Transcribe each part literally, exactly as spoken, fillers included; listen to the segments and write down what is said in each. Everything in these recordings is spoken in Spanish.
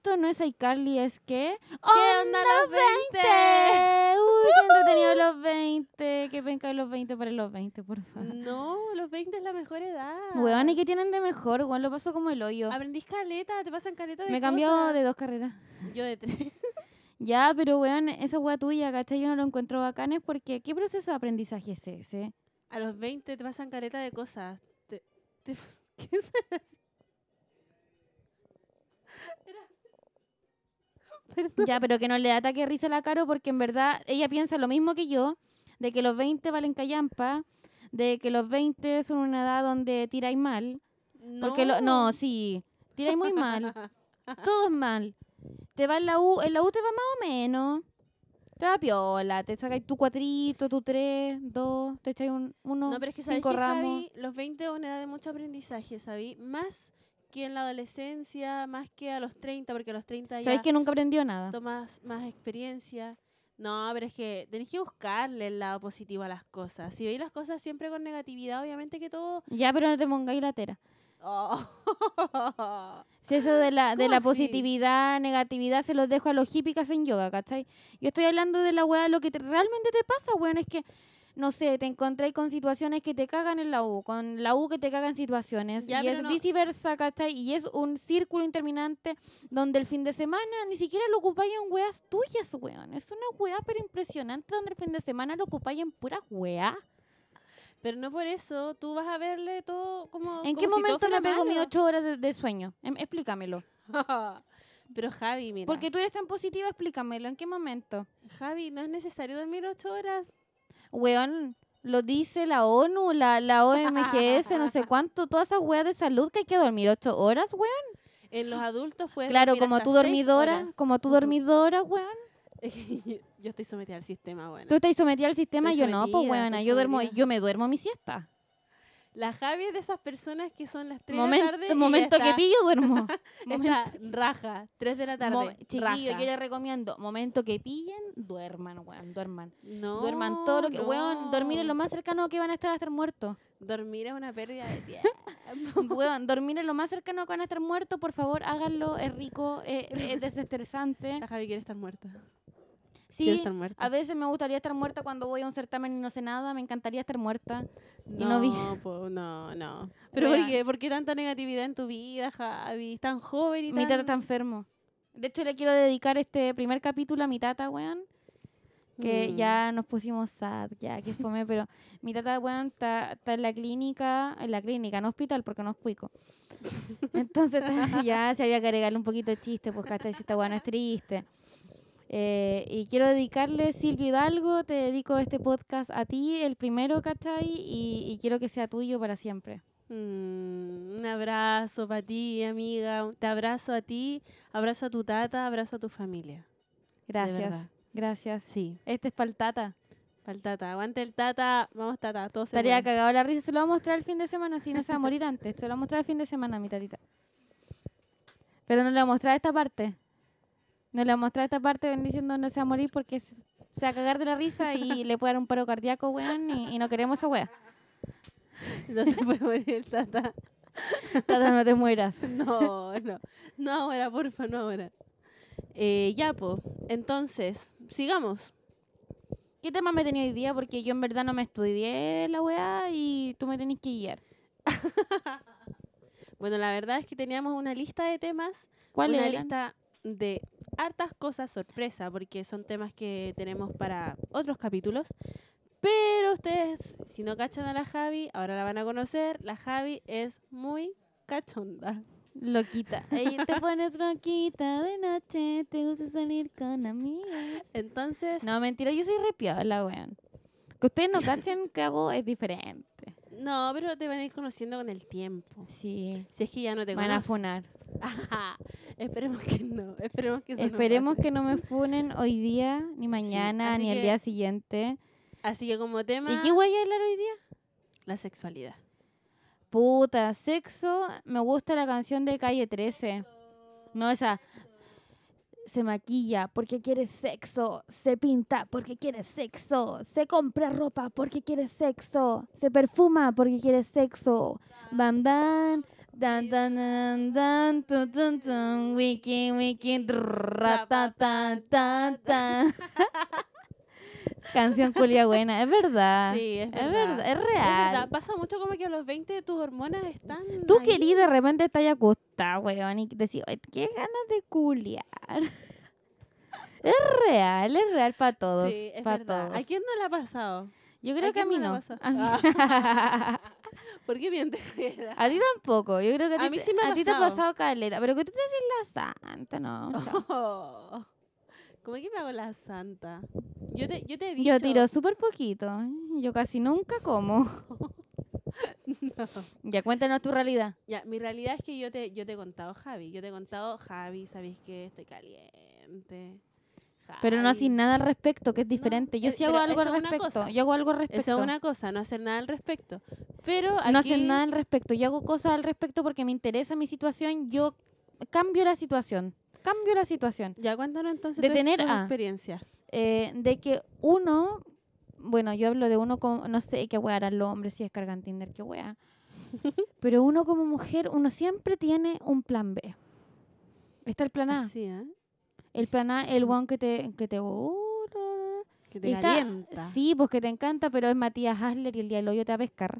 esto no es iCarly, es que... ¿Qué onda los veinte? Uy, qué entretenido los veinte. Qué penca los veinte para los veinte, por favor. No, los veinte es la mejor edad. Weón, ¿y qué tienen de mejor? Weón, lo paso como el hoyo. Aprendís caleta, te pasan caleta de Me he cosas. cambiado de dos carreras. Yo de tres. Ya, pero weón, esa weá tuya, ¿cachai? Yo no lo encuentro bacanes porque ¿qué proceso de aprendizaje es ese? A los veinte te pasan caleta de cosas. Te, te, ¿Qué es eso? Perdón. Ya, pero que no le ataque risa a la Caro porque en verdad ella piensa lo mismo que yo, de que los veinte valen callampa, de que los veinte son una edad donde tiráis mal. No. Porque lo, no, sí, tiráis muy mal. Todo es mal. Te va en la U, en la U te va más o menos. Te va piola, te sacáis tu cuatrito, tu tres, dos, te echáis un, uno, No, pero es que sabes cinco que, ramos. Javi, los veinte es una edad de mucho aprendizaje, ¿sabí? Más que en la adolescencia, más que a los treinta, porque a los treinta ya ¿Sabéis que nunca aprendió nada? tomas más experiencia. No, pero es que tenés que buscarle el lado positivo a las cosas. Si veis las cosas siempre con negatividad, obviamente que todo... Ya, pero no te pongáis latera. Oh. Si eso de la, de ¿Cómo la así? positividad, negatividad, se los dejo a los hippies que hacen yoga, ¿cachai? Yo estoy hablando de la weá, lo que te- realmente te pasa, weón, es que, no sé, te encontráis con situaciones que te cagan en la U, con la U que te cagan situaciones, Ya, y pero es no- viceversa, ¿cachai? Y es un círculo interminante donde el fin de semana ni siquiera lo ocupáis en weas tuyas, weón. Es una weá pero impresionante donde el fin de semana lo ocupáis en puras weá. Pero no por eso, tú vas a verle todo como... ¿En como qué si todo momento fuera me pego mis malo. ocho horas de, de sueño? Em, explícamelo. Pero Javi, mira. Porque tú eres tan positiva, explícamelo. ¿En qué momento? Javi, no es necesario dormir ocho horas. Weón, lo dice la ONU, la, la O M G S, no sé cuánto, todas esas weas de salud que hay que dormir ocho horas, weón. En los adultos puedes Claro, dormir como hasta tú seis dormidora, horas. como tú dormidora, weón. Yo estoy sometida al sistema, bueno. Tú estás sometida al sistema, Estoy yo no, pues sometida, weona, estoy yo duermo, sometida. yo me duermo mi siesta. La Javi es de esas personas que son las tres Momento, de la tarde y momento ya que está, pillo, duermo. Momento. está raja. tres de la tarde, Mo- chiquillo, raja. yo les recomiendo, momento que pillen, duerman, weón, duerman. No, duerman todo lo que, no. weón, dormir es lo más cercano que van a estar a estar muertos. Dormir es una pérdida de tiempo. Weón, dormir es lo más cercano que van a estar muertos, por favor, háganlo, es rico, es, es desestresante. La Javi quiere estar muerta. Quiere Sí, estar muerta. a veces me gustaría estar muerta cuando voy a un certamen y no sé nada, me encantaría estar muerta. y no No, vi. po, no, no. ¿Pero Wea. por qué? ¿Por qué tanta negatividad en tu vida, Javi? Tan joven y Mi tan... tata está enfermo. De hecho, le quiero dedicar este primer capítulo a mi tata, weón. Que Mm. ya nos pusimos sad, ya que fome, pero mi tata, weón, está, está en la clínica, en la clínica, no hospital, porque no es cuico. Entonces ta- ya se había que agregarle un poquito de chiste, pues ¿cachai? Si esta weón es triste. Eh, y quiero dedicarle, Silvio Hidalgo, te dedico este podcast a ti, el primero, ¿cachai? Y, y quiero que sea tuyo para siempre. Mm, un abrazo para ti, amiga. Te abrazo a ti, abrazo a tu tata, abrazo a tu familia. Gracias, verdad. gracias. Sí, Este es para el tata. para el tata. Aguante el tata. Vamos, tata. Todo se Estaría puede. cagado la risa, se lo va a mostrar el fin de semana, si no se va a morir antes. Se lo va a mostrar el fin de semana a mi tatita. Pero no le va a mostrar esta parte. No le va a mostrar esta parte ven diciendo no se va a morir porque se se va a cagar de la risa y le puede dar un paro cardíaco, weón, y, y no queremos esa wea. No se puede morir el tata. Tata, no te mueras. No, no. No ahora, porfa, no ahora. Eh, ya, po. Entonces, sigamos. ¿Qué tema me tenía hoy día? Porque yo en verdad no me estudié la weá y tú me tenés que guiar. Bueno, la verdad es que teníamos una lista de temas. ¿Cuál Una era? lista de hartas cosas sorpresa, porque son temas que tenemos para otros capítulos. Pero ustedes, si no cachan a la Javi, ahora la van a conocer. La Javi es muy cachonda. Loquita. Ey, te pones loquita de noche, te gusta salir con amigas. Entonces, No, mentira, yo soy re piola, weón. Que ustedes no cachen que hago es diferente. no, pero te van a ir conociendo con el tiempo. Sí. Si es que ya no te Me van a conocen. funar. Ajá. Esperemos que no. Esperemos que eso no Esperemos pase. que no me funen hoy día, ni mañana, así ni el que- día siguiente. Así que como tema, ¿Y qué voy a hablar hoy día? la sexualidad. Puta, sexo. Me gusta la canción de Calle trece. No, esa. Se maquilla porque quiere sexo. Se pinta porque quiere sexo. Se compra ropa porque quiere sexo. Se perfuma porque quiere sexo. Bam, bam, Dan, dan, dan, dan, tun, tun, tun, wiki, wiki, drrr, ta, ta, ta, ta. Canción culia buena, es verdad. Sí, es Es verdad. verdad, es Es verdad, real. pasa mucho como que a los veinte tus hormonas están Tú ahí. querís de repente estar ahí acostada, weón, y decís, "Ay, qué ganas de culiar". Es real, es real para todos. Sí, es para verdad. todos. ¿A quién no le ha pasado? Yo creo que a quién mí no le ha no. pasado? A mí, Ah. ¿Por qué mientes? a ti tampoco. Yo creo que a, A ti, mí te- sí me ha a ti te ha pasado. pasado caleta. Pero que tú te haces la santa, no. chao. Oh. ¿Cómo es que me hago la santa? Yo te, yo te he dicho... Yo tiro súper poquito. Yo casi nunca como. Ya cuéntanos tu realidad. Ya, mi realidad es que yo te, yo te he contado, Javi. Yo te he contado, Javi, ¿sabéis que estoy caliente? Pero no Javi. haces nada al respecto, que es diferente. Yo eh, sí hago pero algo al eso es una respecto. cosa. Yo hago algo al respecto. Eso es una cosa, no hacer nada al respecto. Pero aquí... No hacen nada al respecto. Yo hago cosas al respecto porque me interesa mi situación. Yo cambio la situación. Cambio la situación. Ya, cuéntanos entonces De tu, tener tu a- experiencia. Eh, de que uno, bueno, yo hablo de uno como, no sé qué weá harán los hombres si descargan Tinder, qué weá. Pero uno como mujer, uno siempre tiene un plan B. Está el plan A. Así, ¿eh? El plan A, el one que te... Que te uh, Que te está- calienta. Sí, pues que te encanta, pero es Matías Hasler y el día del hoyo te va a pescar.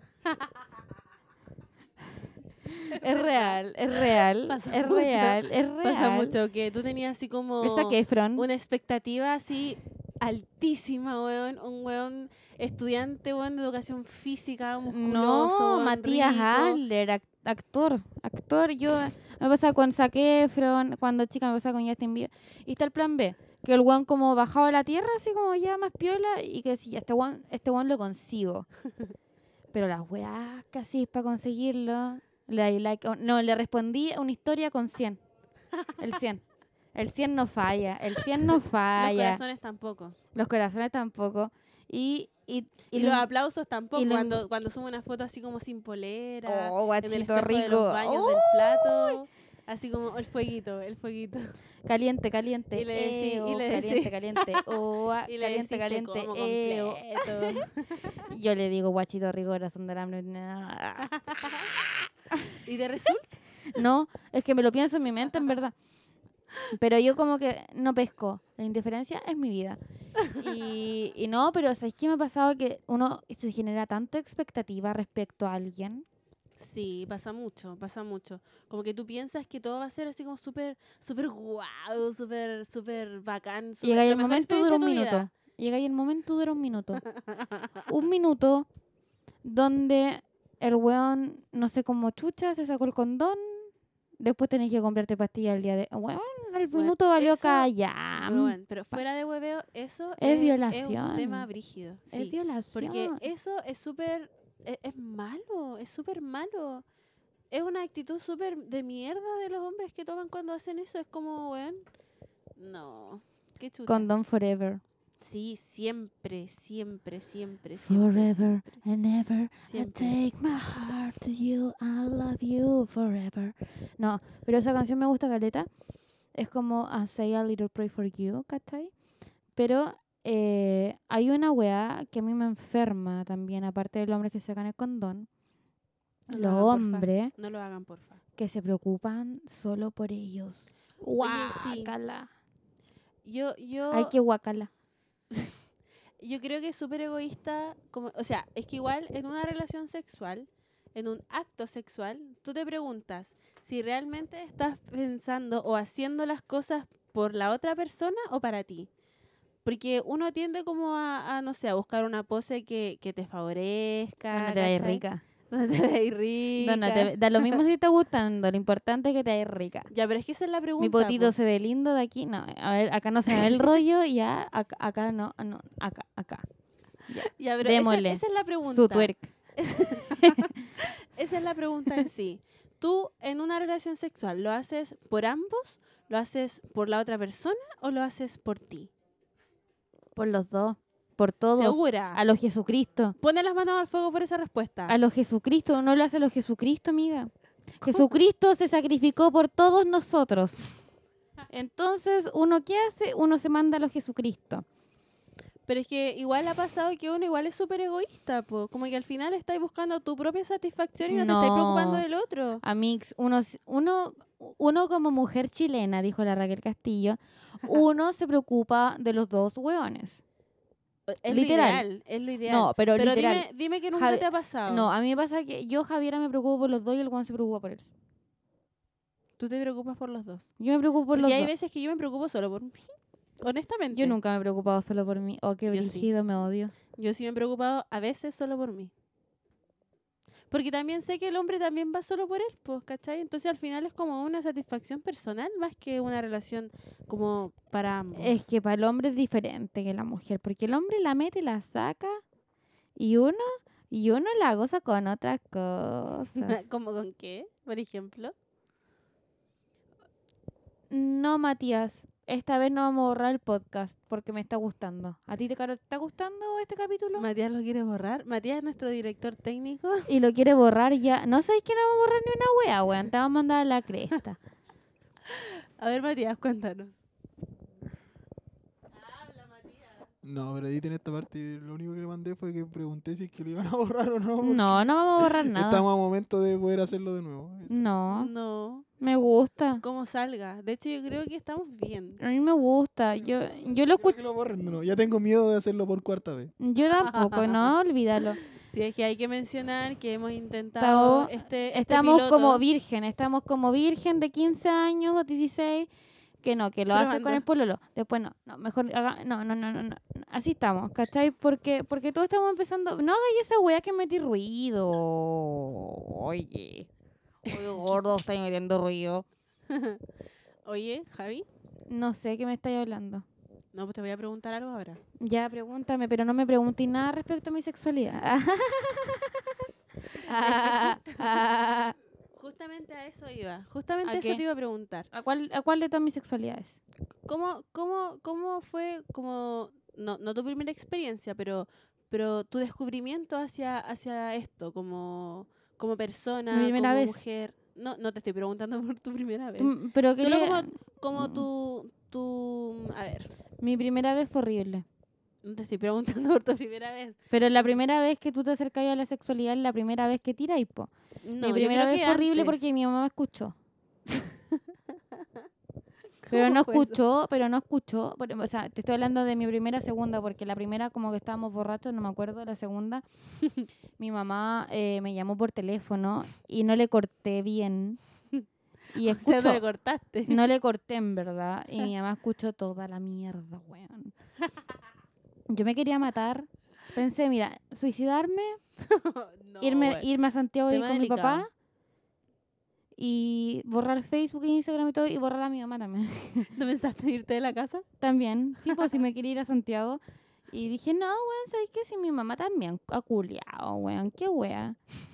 Es real, es real, Pasa es mucho, real, es real. Pasa mucho que tú tenías así como Es Zac Efron. una expectativa así altísima, weón. Un weón estudiante, weón, de educación física, musculoso, No, weón, Matías rico. Adler, ac- actor, actor. Yo me pasa con Zac Efron, cuando chica me pasa con Justin Bieber. Y está el plan B, que el one como bajado a la tierra, así como ya más piola, y que si este one, este one lo consigo. Pero las weas casi para conseguirlo. Le, like, no, le respondí una historia con cien. El cien. El cien no falla, el cien no Los falla. corazones tampoco. Los corazones tampoco. Y, y, Y, y los lo- aplausos tampoco. y lo- cuando, cuando sube una foto así como sin polera. Oh, en el guachito espejo de rico. los baños ¡Uy! del plato. Así como el fueguito, el fueguito. Caliente, caliente. Y le decí- eo, y le caliente, decí- caliente. Oh, ah, Y le caliente, decís, "Te caliente. como eo". completo. Y yo le digo, guachito rico, corazón del hambre. ¿Y te resulta? No, es que me lo pienso en mi mente, en verdad. Pero yo como que no pesco. La indiferencia es mi vida. Y, y no, pero ¿sabes qué me ha pasado? Que uno se genera tanta expectativa respecto a alguien. Sí, pasa mucho, pasa mucho. Como que tú piensas que todo va a ser así como súper, súper guau, súper, súper bacán. súper- Llega y la el mejor momento dura un experiencia de tu minuto. vida. Llega y el momento dura un minuto. Un minuto donde el weón, no sé cómo chucha, se sacó el condón. Después tenés que comprarte pastillas el día de... Weón, el Bueno, minuto valió eso- callar. Muy bueno, pero fuera de hueveo, eso Es es, violación. un tema brígido. Es Sí, violación. porque eso es súper, es, es malo, es súper malo. Es una actitud súper de mierda de los hombres que toman cuando hacen eso. Es como, weón, no, qué chucha. Condón forever. Sí, siempre, siempre, siempre, siempre. Forever and ever. Siempre. I take my heart to you. I love you forever. No, pero esa canción me gusta, caleta. Es como I say a little pray for you, ¿cachai? Pero eh, hay una weá que a mí me enferma también, aparte de los hombres que se sacan el condón. No lo Los hagan, porfa. hombres No lo hagan, porfa. que se preocupan solo por ellos. Oye, sí. Guácala. Yo, yo, Ay, qué guacala. yo creo que es súper egoísta. Como, o sea, es que igual en una relación sexual, en un acto sexual, tú te preguntas si realmente estás pensando o haciendo las cosas por la otra persona o para ti. Porque uno tiende como a, a, no sé, a buscar una pose que, que te favorezca. Donde te vayas ¿cachai? rica. Donde te veis rica. No, no, te- da lo mismo si te está gustando. Lo importante es que te vayas rica. Ya, pero es que esa es la pregunta. Mi potito po. se ve lindo de aquí. No, a ver, acá no se ve el rollo. Ya, acá, acá no, no, acá, acá. Ya, pero esa, Démosle. esa es la pregunta. Su twerk. Esa es la pregunta en sí. ¿Tú en una relación sexual lo haces por ambos? ¿Lo haces por la otra persona o lo haces por ti? Por los dos. Por todos. ¿Segura? A los Jesucristo. Pone las manos al fuego por esa respuesta. A los Jesucristo. No lo hace a los Jesucristo, amiga. Jesucristo se sacrificó por todos nosotros. Entonces, ¿uno qué hace? Uno se manda a los Jesucristo. Pero es que igual ha pasado que uno igual es súper egoísta, po. Como que al final estás buscando tu propia satisfacción y no, No. te estás preocupando del otro. Amix, uno, s- uno, uno como mujer chilena, dijo la Raquel Castillo, uno se preocupa de los dos hueones. Es Literal. lo ideal, es lo ideal. No, pero, Pero literal. dime, dime que nunca Javi- te ha pasado. No, a mí me pasa que yo, Javiera, me preocupo por los dos y el hueón se preocupa por él. Tú te preocupas por los dos. Yo me preocupo por Porque los hay dos. veces que yo me preocupo solo por mí. Honestamente. Yo nunca me he preocupado solo por mí. Oh, qué Yo sí. brígido, me odio. Yo sí me he preocupado a veces solo por mí. Porque también sé que el hombre también va solo por él, pues, ¿cachai? Entonces al final es como una satisfacción personal más que una relación como para ambos. Es que para el hombre es diferente que la mujer, porque el hombre la mete y la saca y uno, y uno la goza con otras cosas. ¿Cómo con qué, por ejemplo? No, Matías, esta vez no vamos a borrar el podcast porque me está gustando. ¿A ti te, Caro, te está gustando este capítulo? Matías lo quiere borrar. Matías es nuestro director técnico. Y lo quiere borrar ya. No sabéis que no vamos a borrar ni una wea, weón. Te vamos a mandar a la cresta. A ver, Matías, cuéntanos. No, pero editen esta parte. Lo único que le mandé fue que pregunté si es que lo iban a borrar o no. porque No, no vamos a borrar nada. Estamos a momento de poder hacerlo de nuevo. No, No, me gusta. cómo salga. De hecho, yo creo que estamos bien. A mí me gusta. Yo, yo lo Quiero escucho. que lo borren, no, ya tengo miedo de hacerlo por cuarta vez. Yo tampoco, no, olvídalo. Sí, es que hay que mencionar que hemos intentado Estamos- este, este Estamos piloto. como virgen, estamos como virgen de quince años o dieciséis, que no, que lo hace con Probando. el pololo. Después no, no, mejor haga, no, no, no, no, no. Así estamos, ¿cachai? Porque, porque todos estamos empezando, no hagáis esa weá que metí ruido. Oye, oye, gordo, estáis metiendo ruido. Oye, Javi, No sé qué me estáis hablando. no, pues te voy a preguntar algo ahora. Ya, pregúntame, pero no me preguntéis nada respecto a mi sexualidad. Justamente a eso iba. Justamente ¿A eso qué? te iba a preguntar. ¿A cuál, ¿A cuál de todas mis sexualidades? ¿Cómo, cómo, cómo fue como, no, no tu primera experiencia, pero, pero tu descubrimiento hacia, hacia esto, como, como persona, Mi primera como vez. mujer? No, no te estoy preguntando por tu primera vez. Tú- Pero que Solo le- como, como Mm. tu, tu... A ver, Mi primera vez fue horrible. no te estoy preguntando por tu primera vez. Pero la primera vez que tú te acercás a la sexualidad es la primera vez que tiras, po. No, mi yo primera creo vez que fue horrible antes. porque mi mamá me escuchó. Pero ¿Cómo no fue eso? escuchó, pero no escuchó. Pero, o sea, te estoy hablando de mi primera segunda, porque la primera como que estábamos borrachos, no me acuerdo. La segunda, mi mamá eh, me llamó por teléfono y no le corté bien. Y O sea, escuchó. no le cortaste. No le corté, en verdad. Y mi mamá escuchó toda la mierda, weón. Yo me quería matar. Pensé, mira, suicidarme, No, irme, bueno. irme a Santiago y Tema con mi delicado. papá. Y borrar Facebook e Instagram y todo. Y borrar a mi mamá también. ¿No pensaste en irte de la casa? También. Sí, pues si me quería ir a Santiago. Y dije, no, weón, ¿sabes qué? Si mi mamá también ha culiao, weón. ¿Qué wea?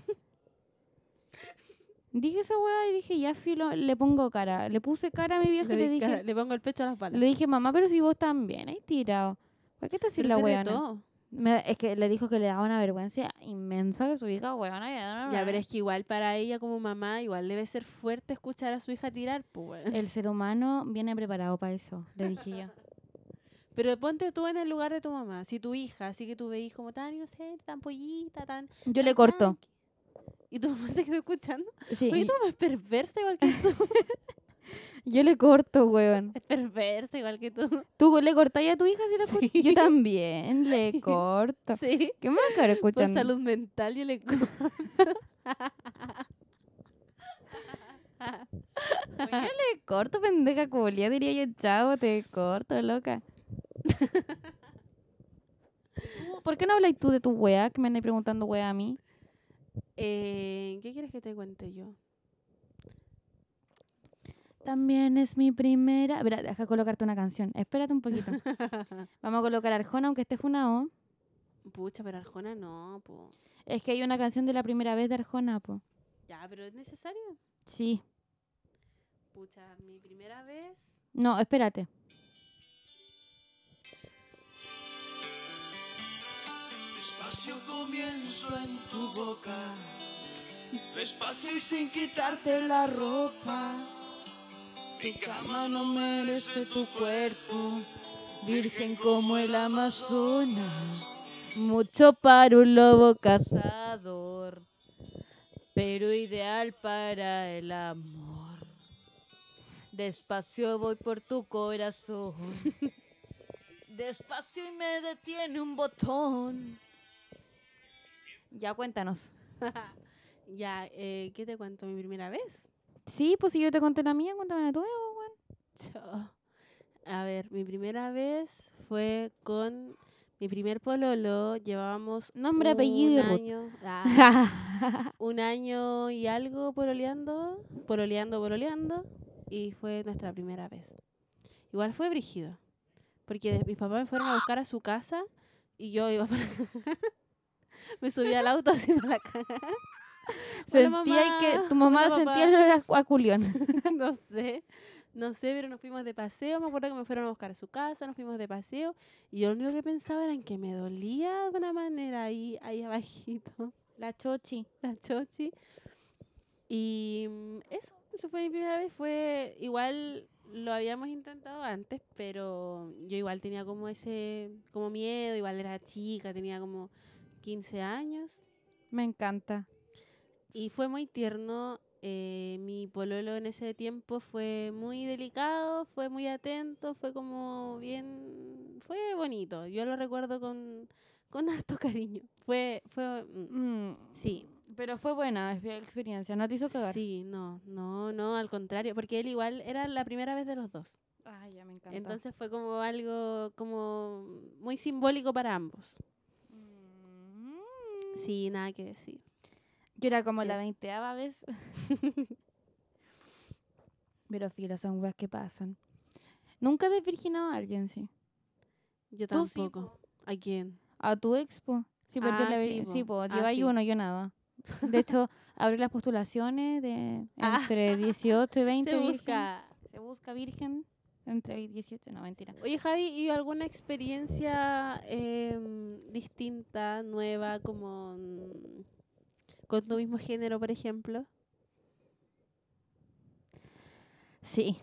Dije esa wea y dije, ya filo, le pongo cara. Le puse cara a mi vieja Le, y le di dije, cara- le pongo el pecho a las balas. le dije, mamá, pero si vos también hay tirado. ¿Por qué te haces Pero la te wea? retó. Es que le dijo que le daba una vergüenza inmensa que su hija weona. Ya, pero es que igual para ella como mamá, igual debe ser fuerte escuchar a su hija tirar, pues. weón. El ser humano viene preparado para eso, le dije yo. Pero ponte tú en el lugar de tu mamá. Si tu hija, así que tú veís como tan inocente, tan pollita, tan... Yo le tan corto. tranqui. ¿Y tu mamá se quedó escuchando? Sí, Oye, tu mamá es perversa igual que tú. yo le corto, weón. Es perversa igual que tú. ¿Tú le cortáis a tu hija si la escuchas? Sí. Yo también le corto. Sí. ¿Qué me va a quedar Por escuchando? salud mental yo le corto. Yo le corto, pendeja culia, diría yo, chavo, te corto, loca. ¿Tú- ¿Por qué no habláis tú de tu wea? Que me andáis preguntando wea a mí. Eh, ¿Qué quieres que te cuente yo? También es mi primera... Espera, deja colocarte una canción. Espérate un poquito. Vamos a colocar Arjona, aunque esté funado. Pucha, pero Arjona no, po. Es que hay una canción de la primera vez de Arjona, po. Ya, pero es necesario. Sí. Pucha, mi primera vez. No, espérate. Despacio comienzo en tu boca, despacio y sin quitarte la ropa. Mi cama no merece tu cuerpo, virgen como el Amazonas, mucho para un lobo cazador, pero ideal para el amor. Despacio voy por tu corazón, despacio y me detiene un botón. Ya cuéntanos. Ya, eh, ¿qué te cuento? ¿Mi primera vez? Sí, pues si yo te conté la mía, cuéntame la tuya. Chao. A ver, mi primera vez fue con mi primer pololo. Llevábamos Nombre, un apellido y root. año, ah, un año y algo pololeando, pololeando, pololeando, y fue nuestra primera vez. Igual fue brígido, porque de- mis papás me fueron a buscar a su casa y yo iba para me subí al auto así para la caga. Hola, Sentía mamá. que tu mamá Hola, sentía papá. el olor a, a culión. No sé, no sé, pero nos fuimos de paseo. Me acuerdo que me fueron a buscar a su casa, nos fuimos de paseo. Y yo lo único que pensaba era en que me dolía de una manera ahí, ahí abajito, La chochi. la chochi. Y mm, eso, eso fue mi primera vez. Fue igual, lo habíamos intentado antes, pero yo igual tenía como ese, como miedo, igual era chica, tenía como quince años. Me encanta. Y fue muy tierno. Eh, mi pololo en ese tiempo fue muy delicado, fue muy atento, fue como bien, fue bonito. Yo lo recuerdo con, con harto cariño. Fue, fue, mm, Mm, sí, Pero fue buena exp- experiencia, no te hizo cagar. sí, no, no, no, al contrario, porque él igual era la primera vez de los dos. Ay, ya me encanta. Entonces fue como algo como muy simbólico para ambos. Mm. Sí, nada que decir. Yo era como la Eso. veinteava vez. Pero filo, son weas que pasan. Nunca he desvirginado a alguien, sí. Yo Tú sí, tampoco. ¿A quién? A tu expo. Sí, porque Ah, la sí, vir- po. sí, pues, Ah, lleva ahí sí. uno, yo nada. De hecho, abrí las postulaciones de Ah. entre dieciocho y veinte Se virgen. busca. Se busca virgen entre dieciocho, no, mentira. Oye, Javi, ¿y alguna experiencia em, distinta, nueva, como mm, con tu mismo género, por ejemplo? Sí.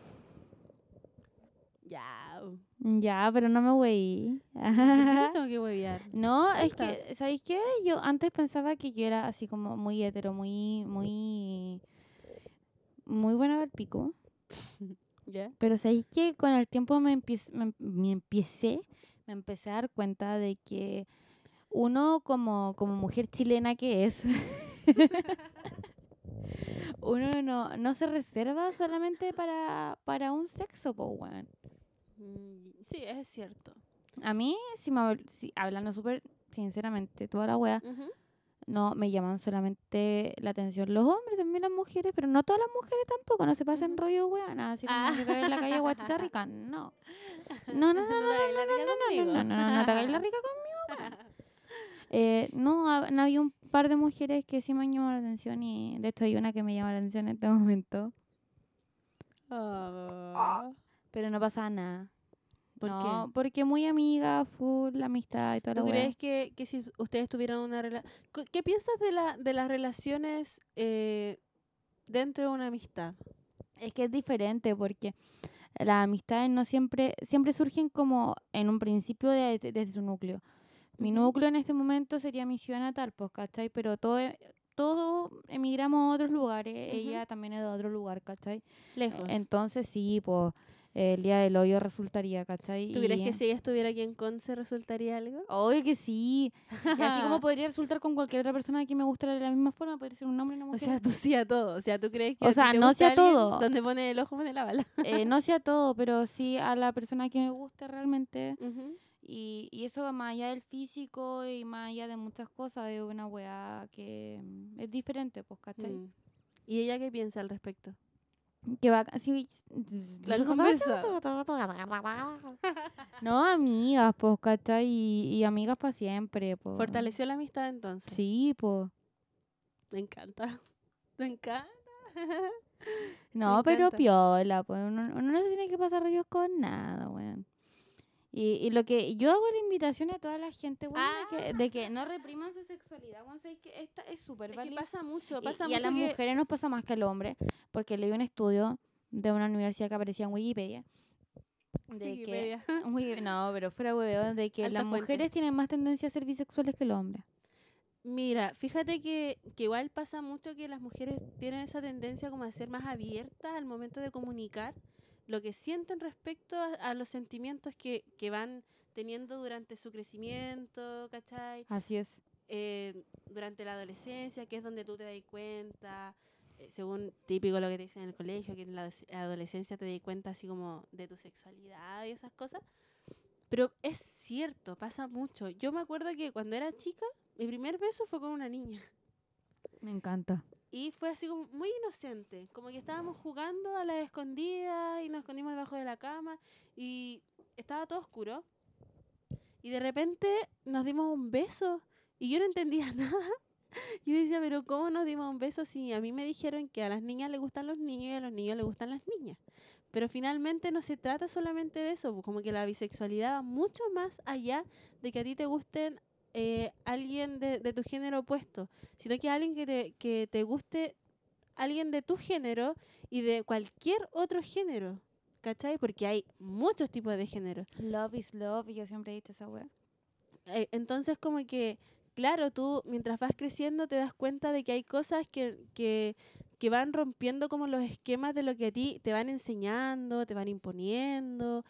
Ya. Ya, pero no me voy. ¿Por qué te tengo que huevear? No, es Cuenta. que, ¿sabéis qué? Yo antes pensaba que yo era así como muy hetero, muy, muy, muy buena para el pico. ¿Ya? Pero ¿sabéis qué? Con el tiempo me, empiez- me, em- me empecé, me empecé a dar cuenta de que uno como, como mujer chilena que es, uno no, no se reserva solamente para, para un sexo, po, weón. Mm, sí, es cierto. A mí, si me, habl- si, hablando súper sinceramente, toda la wea, Ujú. no me llaman solamente la atención los hombres, también las mujeres, pero no todas las mujeres tampoco, no se pasen Ujú. rollo weón, así como Ah. que te ves en la calle guachita rica, no. No, no, no, No te hagas la rica no, no, conmigo. no, no, no, no te hagáis la rica conmigo, weón. Eh, no, ha- no había un par de mujeres que sí me han llamado la atención y de hecho hay una que me llama la atención en este momento, Ah. pero no pasa nada. ¿Por No, qué? porque muy amiga, full la amistad y toda la ¿Tú weá. crees que, que si s- ustedes tuvieran una relación... ¿Qué piensas de, la, de las relaciones eh, dentro de una amistad? Es que es diferente porque las amistades no siempre, siempre surgen como en un principio de- de- desde su núcleo. Mi Ujú. núcleo en este momento sería mi ciudad natal, pues, ¿cachai? Pero todo, e- todo emigramos a otros lugares, ella también es de otro lugar, ¿cachai? Lejos. E- Entonces sí, pues el día del hoyo resultaría, ¿cachai? ¿Tú crees Y- que si ella estuviera aquí en Conce resultaría algo? Obvio que sí. Y así como podría resultar con cualquier otra persona que me gustara de la misma forma, podría ser un hombre y una O mujer. sea, tú sí a todo. O sea, ¿tú crees que O a ti sea, te no gusta sí a alguien todo. donde pone el ojo pone la bala? Eh, no sea todo, pero sí a la persona que me guste realmente. Ujú. Y, y eso va más allá del físico y más allá de muchas cosas, es una weá que mm, es diferente, pues, ¿cachai? Mm. ¿Y ella qué piensa al respecto? Que va sí, ¿La han conversado? No, amigas, pues, ¿cachai? Y, y amigas para siempre, pues. ¿Fortaleció la amistad entonces? Sí, pues. Me encanta. Me encanta. No, pero encanta. piola, pues. Uno, uno no se tiene que pasar rollos con nada, weón. Y, y lo que yo hago la invitación a toda la gente, weón, de, que, de que no repriman su sexualidad, weón, sabes que esta es súper Es que válida. pasa mucho, Y, pasa y a mucho las que... mujeres nos pasa más que al hombre, porque leí un estudio de una universidad que aparecía en Wikipedia, De que, Wikipedia. muy, no, pero fuera hueveo, de que Alta las fuente. mujeres tienen más tendencia a ser bisexuales que los hombres. Mira, fíjate que, que igual pasa mucho que las mujeres tienen esa tendencia como a ser más abiertas al momento de comunicar lo que sienten respecto a, a los sentimientos que, que van teniendo durante su crecimiento, ¿cachai? Así es. Eh, durante la adolescencia, que es donde tú te das cuenta, eh, según típico lo que te dicen en el colegio, que en la adoles- adolescencia te das cuenta así como de tu sexualidad y esas cosas. Pero es cierto, pasa mucho. Yo me acuerdo que cuando era chica, mi primer beso fue con una niña. Me encanta. Y fue así como muy inocente, como que estábamos jugando a las escondidas y nos escondimos debajo de la cama y estaba todo oscuro. Y de repente nos dimos un beso y yo no entendía nada. Yo decía, pero ¿cómo nos dimos un beso si a mí me dijeron que a las niñas les gustan los niños y a los niños les gustan las niñas? Pero finalmente no se trata solamente de eso, pues, como que la bisexualidad va mucho más allá de que a ti te gusten eh, alguien de, de tu género opuesto, sino que alguien que te, que te guste alguien de tu género y de cualquier otro género, ¿cachai? Porque hay muchos tipos de género. Love is love, y yo siempre he dicho esa wea. Eh, entonces como que, claro, tú mientras vas creciendo te das cuenta de que hay cosas que, que, que van rompiendo como los esquemas de lo que a ti te van enseñando, te van imponiendo.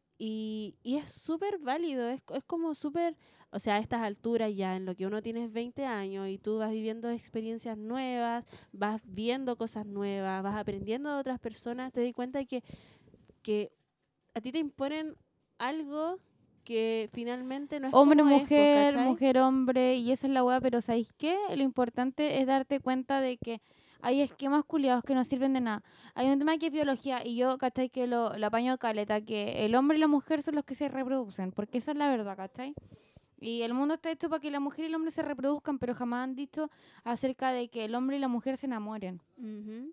Y, y es súper válido, es, es como súper, o sea, a estas alturas ya, en lo que uno tiene veinte años y tú vas viviendo experiencias nuevas, vas viendo cosas nuevas, vas aprendiendo de otras personas, te das cuenta de que, que a ti te imponen algo que finalmente no es Hombre, como es, pues, mujer, ¿cachai? mujer, hombre, y esa es la weá, pero ¿sabéis qué? Lo importante es darte cuenta de que hay esquemas culiados que no sirven de nada. Hay un tema que es biología, y yo, ¿cachai? Que lo, lo apaño caleta, que el hombre y la mujer son los que se reproducen, porque esa es la verdad, ¿cachai? Y el mundo está hecho para que la mujer y el hombre se reproduzcan, pero jamás han dicho acerca de que el hombre y la mujer se enamoren. Ujú.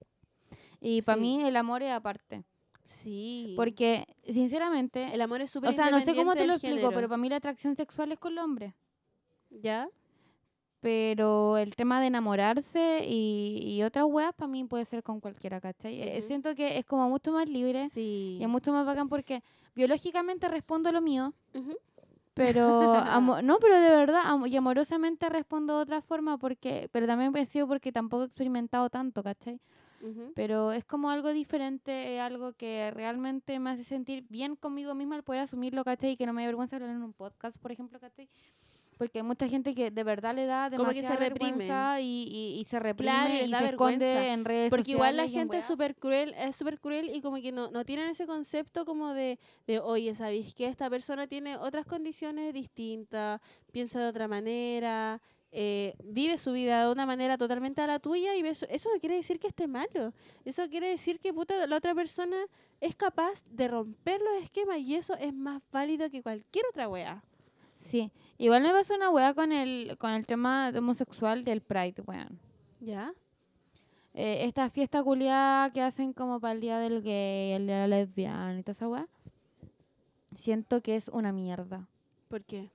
Y para Sí. mí el amor es aparte. Sí. Porque, sinceramente, el amor es súper o sea, no sé cómo independiente te lo del explico, género. pero para mí la atracción sexual es con los hombres. ¿Ya? Pero el tema de enamorarse y, y otras weas para mí puede ser con cualquiera, ¿cachai? Eh, Ujú. Siento que es como mucho más libre Sí. y es mucho más bacán porque biológicamente respondo lo mío, Ujú. pero amo- no, pero de verdad, amo- y amorosamente respondo de otra forma porque, pero también me sido porque tampoco he experimentado tanto, ¿cachai? Ujú. Pero es como algo diferente, es algo que realmente me hace sentir bien conmigo misma al poder asumirlo, ¿cachai? Y que no me avergüenza hablar en un podcast, por ejemplo, ¿cachai? Porque hay mucha gente que de verdad le da Como que se demasiada reprimen. vergüenza y, y, y se reprime Claro, y les y da se esconde vergüenza, en redes Porque igual la sociales y en gente es weas. súper cruel, es súper cruel y como que no, no tienen ese concepto como de, de, oye, ¿sabéis que esta persona tiene otras condiciones distintas, piensa de otra manera, eh, vive su vida de una manera totalmente a la tuya y eso, eso no quiere decir que esté malo, eso quiere decir que puta, la otra persona es capaz de romper los esquemas y eso es más válido que cualquier otra wea. Sí, igual me pasó una wea con el, con el tema de homosexual del Pride, weón. ¿Ya? Eh, esta fiesta culiada que hacen como para el día del gay, el día de la lesbiana y toda esa wea. Siento que es una mierda. ¿Por qué?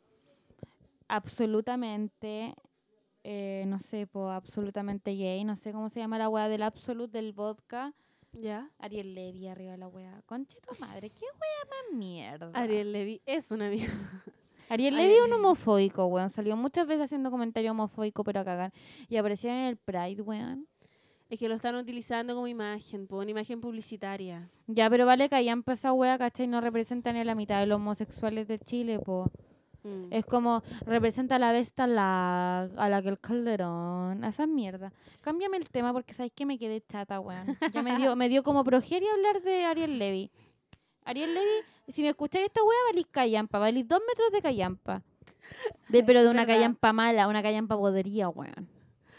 Absolutamente, eh, no sé, po, absolutamente gay, no sé cómo se llama la wea del absolute del vodka. ¿Ya? Ariel Levy arriba de la wea. Conche tu madre, qué wea más mierda. Ariel Levy es una mierda. Ariel Ariel Levy es un Levy. homofóbico, weón. Salió muchas veces haciendo comentarios homofóbicos, pero a cagar. Y apareció en el Pride, weón. Es que lo están utilizando como imagen, po, una imagen publicitaria. Ya, pero vale que hayan pasado wea, ¿cachai? No representan ni a la mitad de los homosexuales de Chile, po. Mm. Es como, representa a la besta a la, a la que el Calderón, a esa mierda. Cámbiame el tema porque sabes que me quedé chata, weón. Ya me dio, me dio como progeria hablar de Ariel Levy. Ariel Levy, si me escucháis esta wea, valís callampa, valís dos metros de callampa. De, pero de Es una verdad. callampa mala, una callampa podría, weón.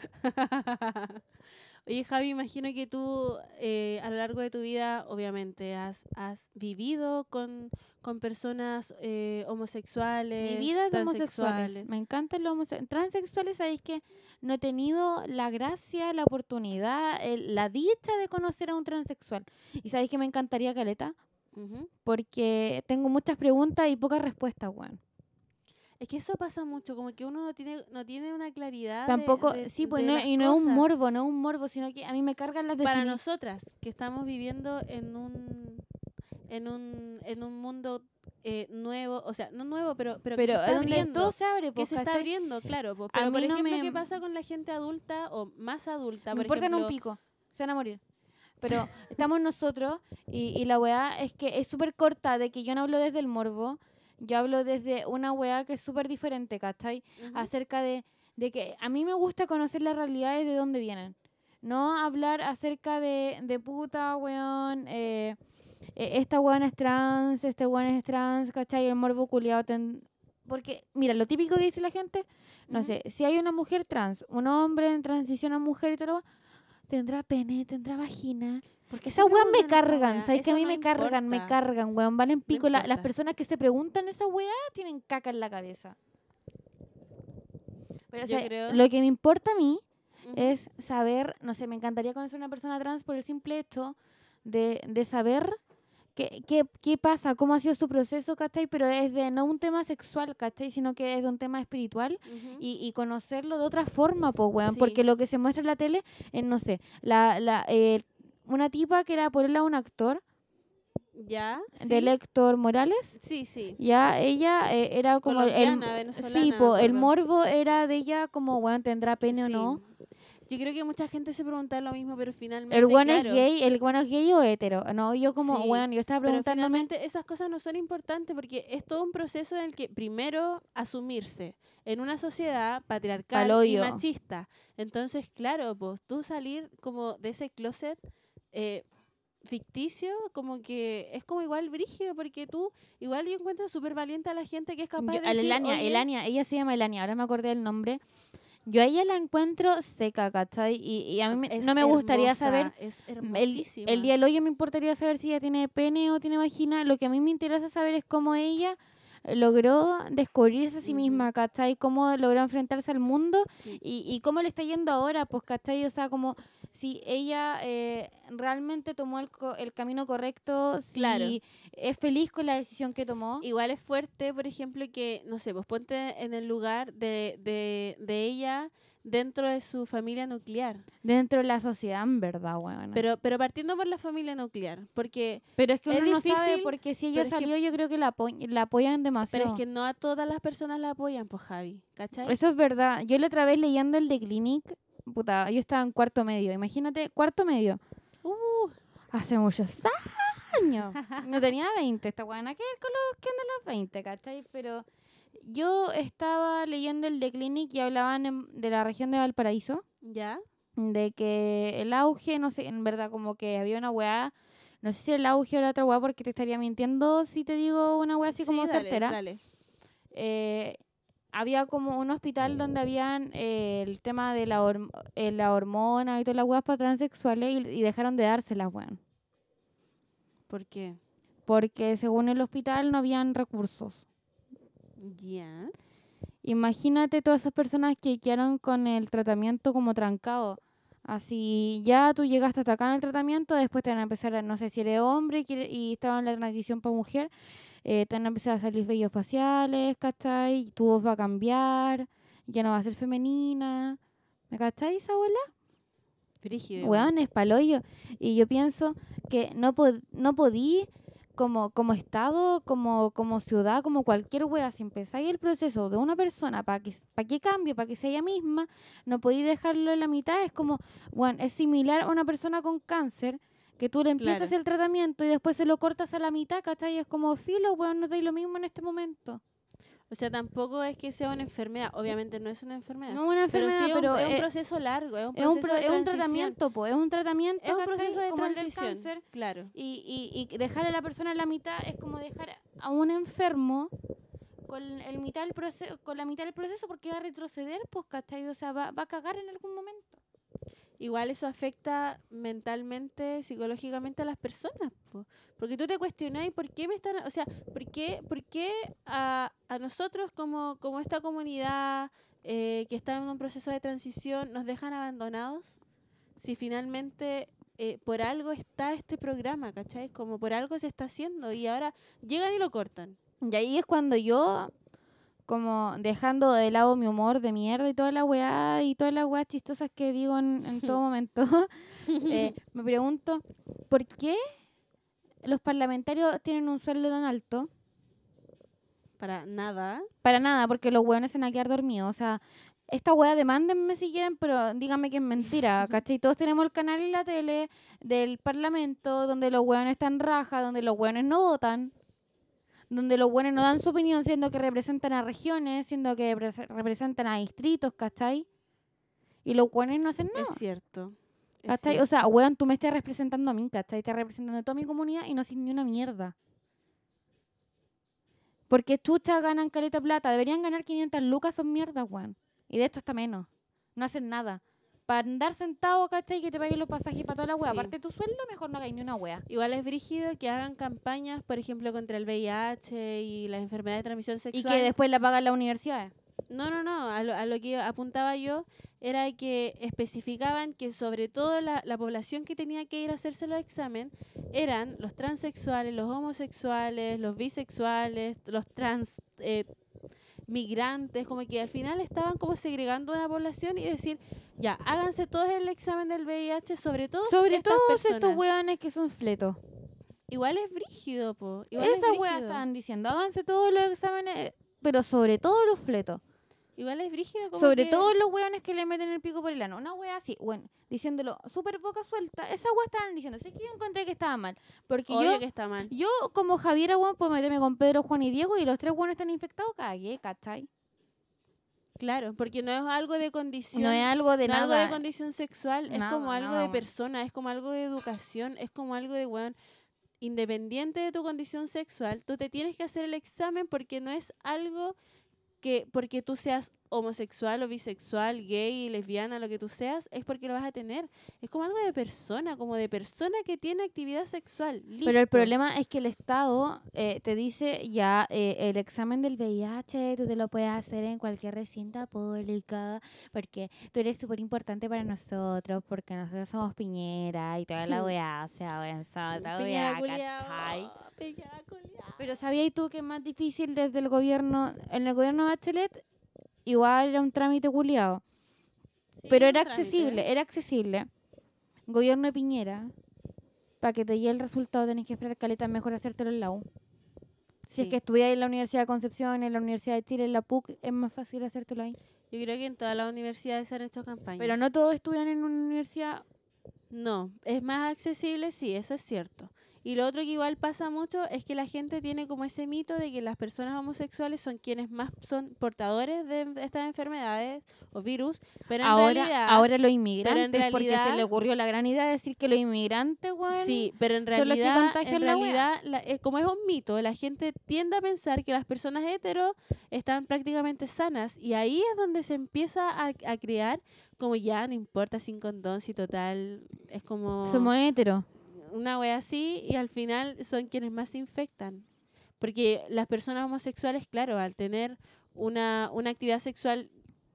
Oye, Javi, imagino que tú eh, a lo largo de tu vida, obviamente, has, has vivido con, con personas eh, homosexuales, Mi vida es de transexuales. homosexuales. Me encantan los homosexuales. Transexuales, sabéis que no he tenido la gracia, la oportunidad, el- la dicha de conocer a un transexual. Y sabéis que me encantaría, Caleta, Ujú. porque tengo muchas preguntas y pocas respuestas, weón. Es que eso pasa mucho, como que uno no tiene, no tiene una claridad de- Tampoco, de, sí, pues de no, las y no es un cosas. morbo, no es un morbo, sino que a mí me cargan las Para definiciones. nosotras, que estamos viviendo en un en un, en un mundo eh, nuevo, o sea, no nuevo, pero, pero, Pero que se está donde abriendo. todo se abre, Que pues, se está ¿cachai? abriendo, claro. po. A Pero, por mí no ejemplo, me- ¿qué pasa con la gente adulta o más adulta? Me Por importan ejemplo, un pico, se van a morir. Pero estamos nosotros y, y la weá es que es súper corta de que yo no hablo desde el morbo, yo hablo desde una weá que es súper diferente, ¿cachai? ujú, Acerca de, de que a mí me gusta conocer las realidades de dónde vienen. No hablar acerca de, de puta, weón, eh, eh, esta weón es trans, este weón es trans, ¿cachai? El morbo culiado. Ten... Porque, mira, lo típico que dice la gente, no ujú. sé, si hay una mujer trans, un hombre en transición a mujer y todo lo demás, tendrá pene, tendrá vagina. Porque Esas weas me preguntan esa cargan, weá? ¿sabes? Que a Eso mí no me cargan, me importa. cargan, weón. Valen pico. La- las importa. personas que se preguntan esa weá tienen caca en la cabeza. Pero, o Yo sea, creo- lo que me importa a mí Ujú. es saber, no sé, me encantaría conocer una persona trans por el simple hecho de, de saber qué, qué, qué pasa, cómo ha sido su proceso, ¿cachai? Pero es de no un tema sexual, ¿cachai? Sino que es de un tema espiritual Ujú. y, y conocerlo de otra forma, pues, weón. Sí. Porque lo que se muestra en la tele es, no sé, la, la, eh, una tipa que era por él a un actor, ¿Ya? ¿Sí? del Héctor Morales. Sí, sí. Ya ella eh, era como el- Colombiana, el, venezolana, sí, me po, el acuerdo. morbo era de ella como, weón, tendrá pene o Sí. no. Yo creo que mucha gente se pregunta lo mismo, pero finalmente, El weón claro, es gay, el weón es gay o hetero. No, yo como, Sí, weón, yo estaba pero preguntándome. finalmente esas cosas no son importantes porque es todo un proceso en el que primero asumirse en una sociedad patriarcal y Paloyo. machista. Entonces, claro, pues tú salir como de ese closet eh, ficticio, como que es como igual brígido, porque tú igual yo encuentro súper valiente a la gente que es capaz Yo- de a la decir, Elania, oye, Elania, ella se llama Elania, ahora me acordé del nombre. Yo a ella la encuentro seca, ¿cachai? Y, y a mí me- es no me gustaría hermosa, saber, es el, hermosísima. el día del hoyo me importaría saber si ella tiene pene o tiene vagina. Lo que a mí me interesa saber es cómo ella logró descubrirse a sí Ujú. misma, ¿cachai? Cómo logró enfrentarse al mundo Sí. y, y cómo le está yendo ahora, pues, ¿cachai? O sea, como si ella eh, realmente tomó el, co- el camino correcto, si Claro. es feliz con la decisión que tomó. Igual es fuerte, por ejemplo, que, no sé, pues ponte en el lugar de, de, de ella dentro de su familia nuclear. Dentro de la sociedad, en verdad, weón. Pero, pero partiendo por la familia nuclear, porque, Pero es que es uno no sabe difícil, porque si ella pero es que- salió, yo creo que la, apo- la apoyan demasiado. pero es que no a todas las personas la apoyan, pues Javi, ¿cachai? Eso es verdad. Yo la otra vez leyendo el de Clinic, puta, yo estaba en cuarto medio. Imagínate, cuarto medio. Uh, Hace muchos años. No tenía veinte, esta buena que con los que andan los veinte, ¿cachai? Pero yo estaba leyendo el de Clinic y hablaban en- de la región de Valparaíso, ¿ya? de que el auge, no sé, en verdad, como que había una weá, no sé si era el auge o la otra weá, porque te estaría mintiendo si te digo una weá así como Sí, dale, certera. dale. Eh, había como un hospital donde habían eh, el tema de la, horm- eh, la hormona y todas las weas para transexuales y, y dejaron de dárselas, weón. ¿Por qué? Porque según el hospital no habían recursos. Ya. Imagínate todas esas personas que quedaron con el tratamiento como trancado. Así, ya tú llegaste hasta acá en el tratamiento, después te van a empezar, a, no sé si eres hombre y, quiere- y estaba en la transición para mujer, eh, te van a empezar a salir vellos faciales, ¿cachai? Tu voz va a cambiar, ya no va a ser femenina. ¿Me cachai, esa abuela? Frígido. igual. Weón, es paloyo. Y yo pienso que no, pod- no podí, como, como Estado, como, como ciudad, como cualquier wea, si empezáis el proceso de una persona para que, pa que cambie, para que sea ella misma, no podí dejarlo en la mitad. Es como, bueno, es similar a una persona con cáncer, que tú le empiezas Claro. el tratamiento y después se lo cortas a la mitad, ¿cachai? Es como, filo, weón, no te lo mismo en este momento. O sea, tampoco es que sea una enfermedad. Obviamente no es una enfermedad. No una pero enfermedad, sí es pero, un, es un eh, proceso largo, es un es un, proceso pro- de es un transición. tratamiento, pues, es un tratamiento, Es un ¿cachai? proceso de como el del transición. cáncer. Claro. Y, y, y dejar a la persona en la mitad es como dejar a un enfermo con, el mitad del proceso, con la mitad del proceso porque va a retroceder, pues, ¿cachai? O sea, va, va a cagar en algún momento. Igual eso afecta mentalmente, psicológicamente a las personas, po. Porque tú te cuestionas por qué me están, o sea, por qué, por qué a, a nosotros como, como esta comunidad eh, que está en un proceso de transición nos dejan abandonados si finalmente eh, por algo está este programa, ¿cachai? Como por algo se está haciendo y ahora llegan y lo cortan. Y ahí es cuando yo, como dejando de lado mi humor de mierda y toda la weá y todas las weas chistosas que digo en, en todo momento, eh, me pregunto, ¿por qué los parlamentarios tienen un sueldo tan alto? Para nada. Para nada, porque los hueones se van a quedar dormidos. O sea, esta hueá demándenme si quieren, pero díganme que es mentira, ¿cachai? Todos tenemos el canal en la tele del parlamento donde los hueones están raja, donde los hueones no votan, donde los hueones no dan su opinión, siendo que representan a regiones, siendo que repres- representan a distritos, ¿cachai? Y los hueones no hacen nada. Es cierto. es ¿Cachai? cierto. O sea, weón, tú me estás representando a mí, ¿cachai? Estás representando a toda mi comunidad y no haces ni una mierda. Porque chuchas ganan caleta plata. Deberían ganar quinientas lucas, son mierdas, weón. Y de esto está menos. No hacen nada. Para andar sentado, ¿cachai? Que te paguen los pasajes para toda la wea. Sí. Aparte de tu sueldo, mejor no hagáis ni una wea. Igual es brígido que hagan campañas, por ejemplo, contra el V I H y las enfermedades de transmisión Y sexual. que después la pagan las universidades. No, no, no. A lo, a lo que apuntaba yo era que especificaban que sobre todo la, la población que tenía que ir a hacerse los exámenes eran los transexuales, los homosexuales, los bisexuales, los trans eh, migrantes, como que al final estaban como segregando una población y decir, ya, háganse todos el examen del V I H, sobre todo Sobre estas todos personas. estos weones que son fletos. Igual es brígido, po. Igual es Esas weas brígido. estaban diciendo, háganse todos los exámenes, pero sobre todo los fletos. Igual es brígido como Sobre que- todo los weones que le meten el pico por el ano. Una wea así, bueno, diciéndolo súper boca suelta. Esa wea estaban diciendo. Sé que yo encontré que estaba mal. Porque Obvio yo, que está mal. yo como Javiera, weón, puedo meterme con Pedro, Juan y Diego y los tres weones están infectados, cagué, ¿cachai? Claro, porque no es algo de condición. No es algo de no es nada. algo de condición sexual, es Nada, como algo nada, de weón. persona, es como algo de educación, es como algo de, weón, independiente de tu condición sexual, tú te tienes que hacer el examen porque no es algo que porque tú seas homosexual o bisexual, gay, lesbiana, lo que tú seas, es porque lo vas a tener. Es como algo de persona, como de persona que tiene actividad sexual. Pero el Listo. problema es que el Estado eh, te dice ya eh, el examen del V I H tú te lo puedes hacer en cualquier recinto público porque tú eres súper importante para nosotros porque nosotros somos Piñera y toda la weá, o sea, weón, somos otra Piñera weá, culiao, ¿cachai? Piñera culiao. Pero ¿sabías tú que es más difícil desde el gobierno, en el gobierno de Bachelet? Igual era un trámite culiado, Sí, pero un era trámite. accesible, era accesible. Gobierno de Piñera, para que te llegue el resultado tenés que esperar caleta, mejor hacértelo en la U. Si es Sí. que estudiáis en la Universidad de Concepción, en la Universidad de Chile, en la P U C, es más fácil hacértelo ahí. Yo creo que en todas las universidades se han hecho campañas. Pero no todos estudian en una universidad. No, es más accesible, sí, eso es cierto. Y lo otro que igual pasa mucho es que la gente tiene como ese mito de que las personas homosexuales son quienes más son portadores de estas enfermedades o virus, pero en Ahora, realidad... ahora los inmigrantes, porque se realidad- le ocurrió la gran idea de decir que los inmigrantes, weón, Sí, pero en son los que realidad, contagian en la wea. realidad la- eh, como es un mito, la gente tiende a pensar que las personas heteros están prácticamente sanas y ahí es donde se empieza a, a crear como ya no importa sin condón, si total es como somos heteros. una wea así y al final son quienes más se infectan. Porque las personas homosexuales, claro, al tener una, una actividad sexual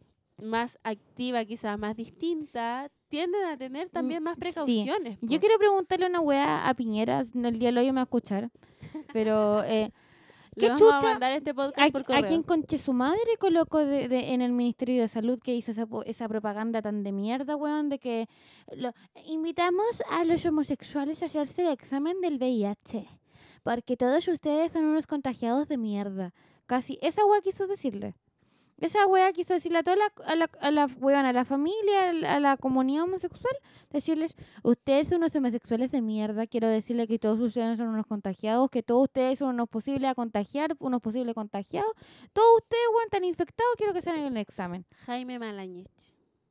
más activa, quizás más distinta, tienden a tener también más sí. precauciones. Yo po. quiero preguntarle una weá a Piñera, en el día de hoy me va a escuchar, pero eh, Le ¿qué vamos a chucha? mandar este podcast ¿A, por a correo. quién conche su madre colocó de, de- en el Ministerio de Salud que hizo esa, po- esa propaganda tan de mierda, weón? De que lo- invitamos a los homosexuales a hacerse el examen del V I H. Porque todos ustedes son unos contagiados de mierda. Casi, esa weá quiso decirle. Esa weá quiso decirle a toda la, a la, a la, weón, a la familia, a la, a la comunidad homosexual, decirles, ustedes son unos homosexuales de mierda, quiero decirle que todos ustedes son unos contagiados, que todos ustedes son unos posibles a contagiar, unos posibles contagiados, todos ustedes, weón, están infectados, quiero que se hagan el examen. Jaime Malañich.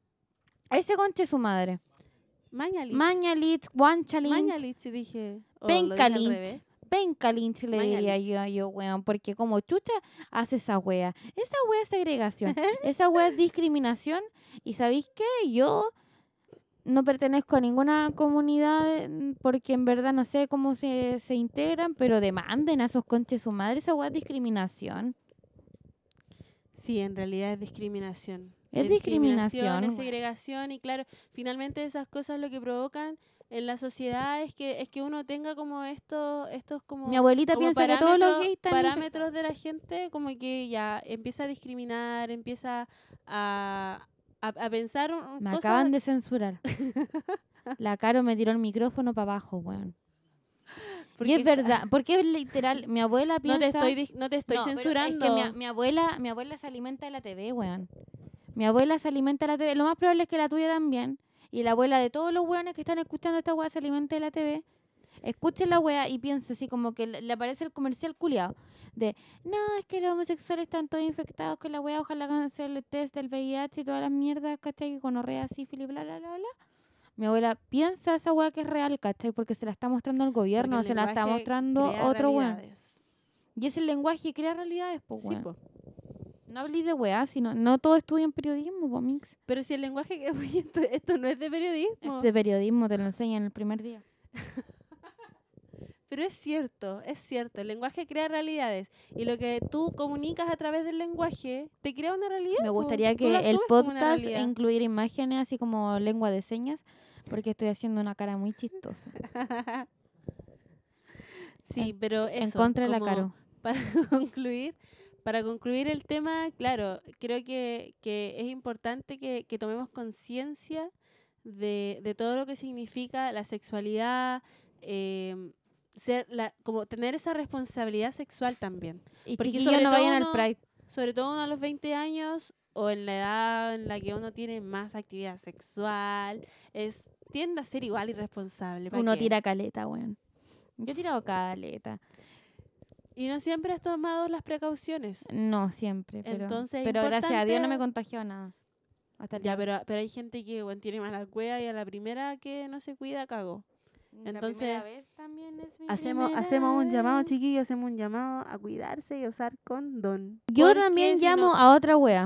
Ese conche su madre. Mañalich. Mañalich, Guanchalich, Mañalich, dije. O lo dije al Pencalich. revés. Pencalinch le diría Mañalich. yo a yo, weón, porque como chucha hace esa wea. Esa wea es segregación, esa wea es discriminación. Y ¿sabéis qué? Yo no pertenezco a ninguna comunidad eh, porque en verdad no sé cómo se, se integran, pero demanden a esos conches su madre, esa wea es discriminación. Sí, en realidad es discriminación. Es discriminación, Es weón. segregación y claro, finalmente esas cosas lo que provocan en la sociedad es que es que uno tenga como estos estos como Mi abuelita como piensa que todos los parámetros- gays están parámetros de la gente como que ya empieza a discriminar, empieza a a, a pensar un- Me cosas acaban de censurar. La Caro me tiró el micrófono para abajo, weón. Y es Porque- verdad, porque es literal, mi abuela No piensa... te estoy, di- no te estoy No, pero censurando. Es que mi, mi abuela, mi abuela se alimenta de la T V, weón. Mi abuela se alimenta de la T V. Lo más probable es que la tuya también. Y la abuela de todos los weones que están escuchando esta weá se alimenta de la T V. Escuchen la weá y piensa así como que le, le aparece el comercial culiado. De, no, es que los homosexuales están todos infectados con la weá. Ojalá hagan el test del V I H y todas las mierdas, ¿cachai? Que gonorrea, sífilis, bla, bla, bla, bla. Mi abuela piensa esa weá que es real, ¿cachai? Porque se la está mostrando el gobierno, Porque el se la está lenguaje mostrando crea otro weón. realidades. Y ese lenguaje crea realidades, po, Sí, weón. po. No hablé de weá, sino no todos estudian periodismo, po, mix. Pero si el lenguaje que oye, esto, esto no es de periodismo. Este periodismo te lo enseñan el primer día. Pero es cierto, es cierto. El lenguaje crea realidades. Y lo que tú comunicas a través del lenguaje te crea una realidad. Me po. gustaría Tú que lo el asumes como una podcast realidad. incluir imágenes así como lengua de señas, porque estoy haciendo una cara muy chistosa. Sí, En- pero eso. en contra de la como Caro. Para concluir, para concluir el tema, claro, creo que, que es importante que, que tomemos conciencia de, de todo lo que significa la sexualidad, eh, ser la, como tener esa responsabilidad sexual también. Y Porque chiquillos sobre no todo vayan al uno- Pride. Sobre todo uno a los veinte años o en la edad en la que uno tiene más actividad sexual, es tiende a ser igual irresponsable. ¿pa' Uno qué? tira caleta, weón. Yo he tirado caleta. Y no siempre has tomado las precauciones. No siempre, pero, Entonces, es pero gracias a Dios no me importante- contagió nada. Hasta el Ya, día de hoy. pero, pero hay gente que bueno, tiene mala cueva y a la primera que no se cuida, cago. La entonces, primera vez también es mi Hacemos, primera hacemos un llamado, vez. chiquillos, hacemos un llamado a cuidarse y a usar condón. Yo Porque también si llamo no- a otra wea.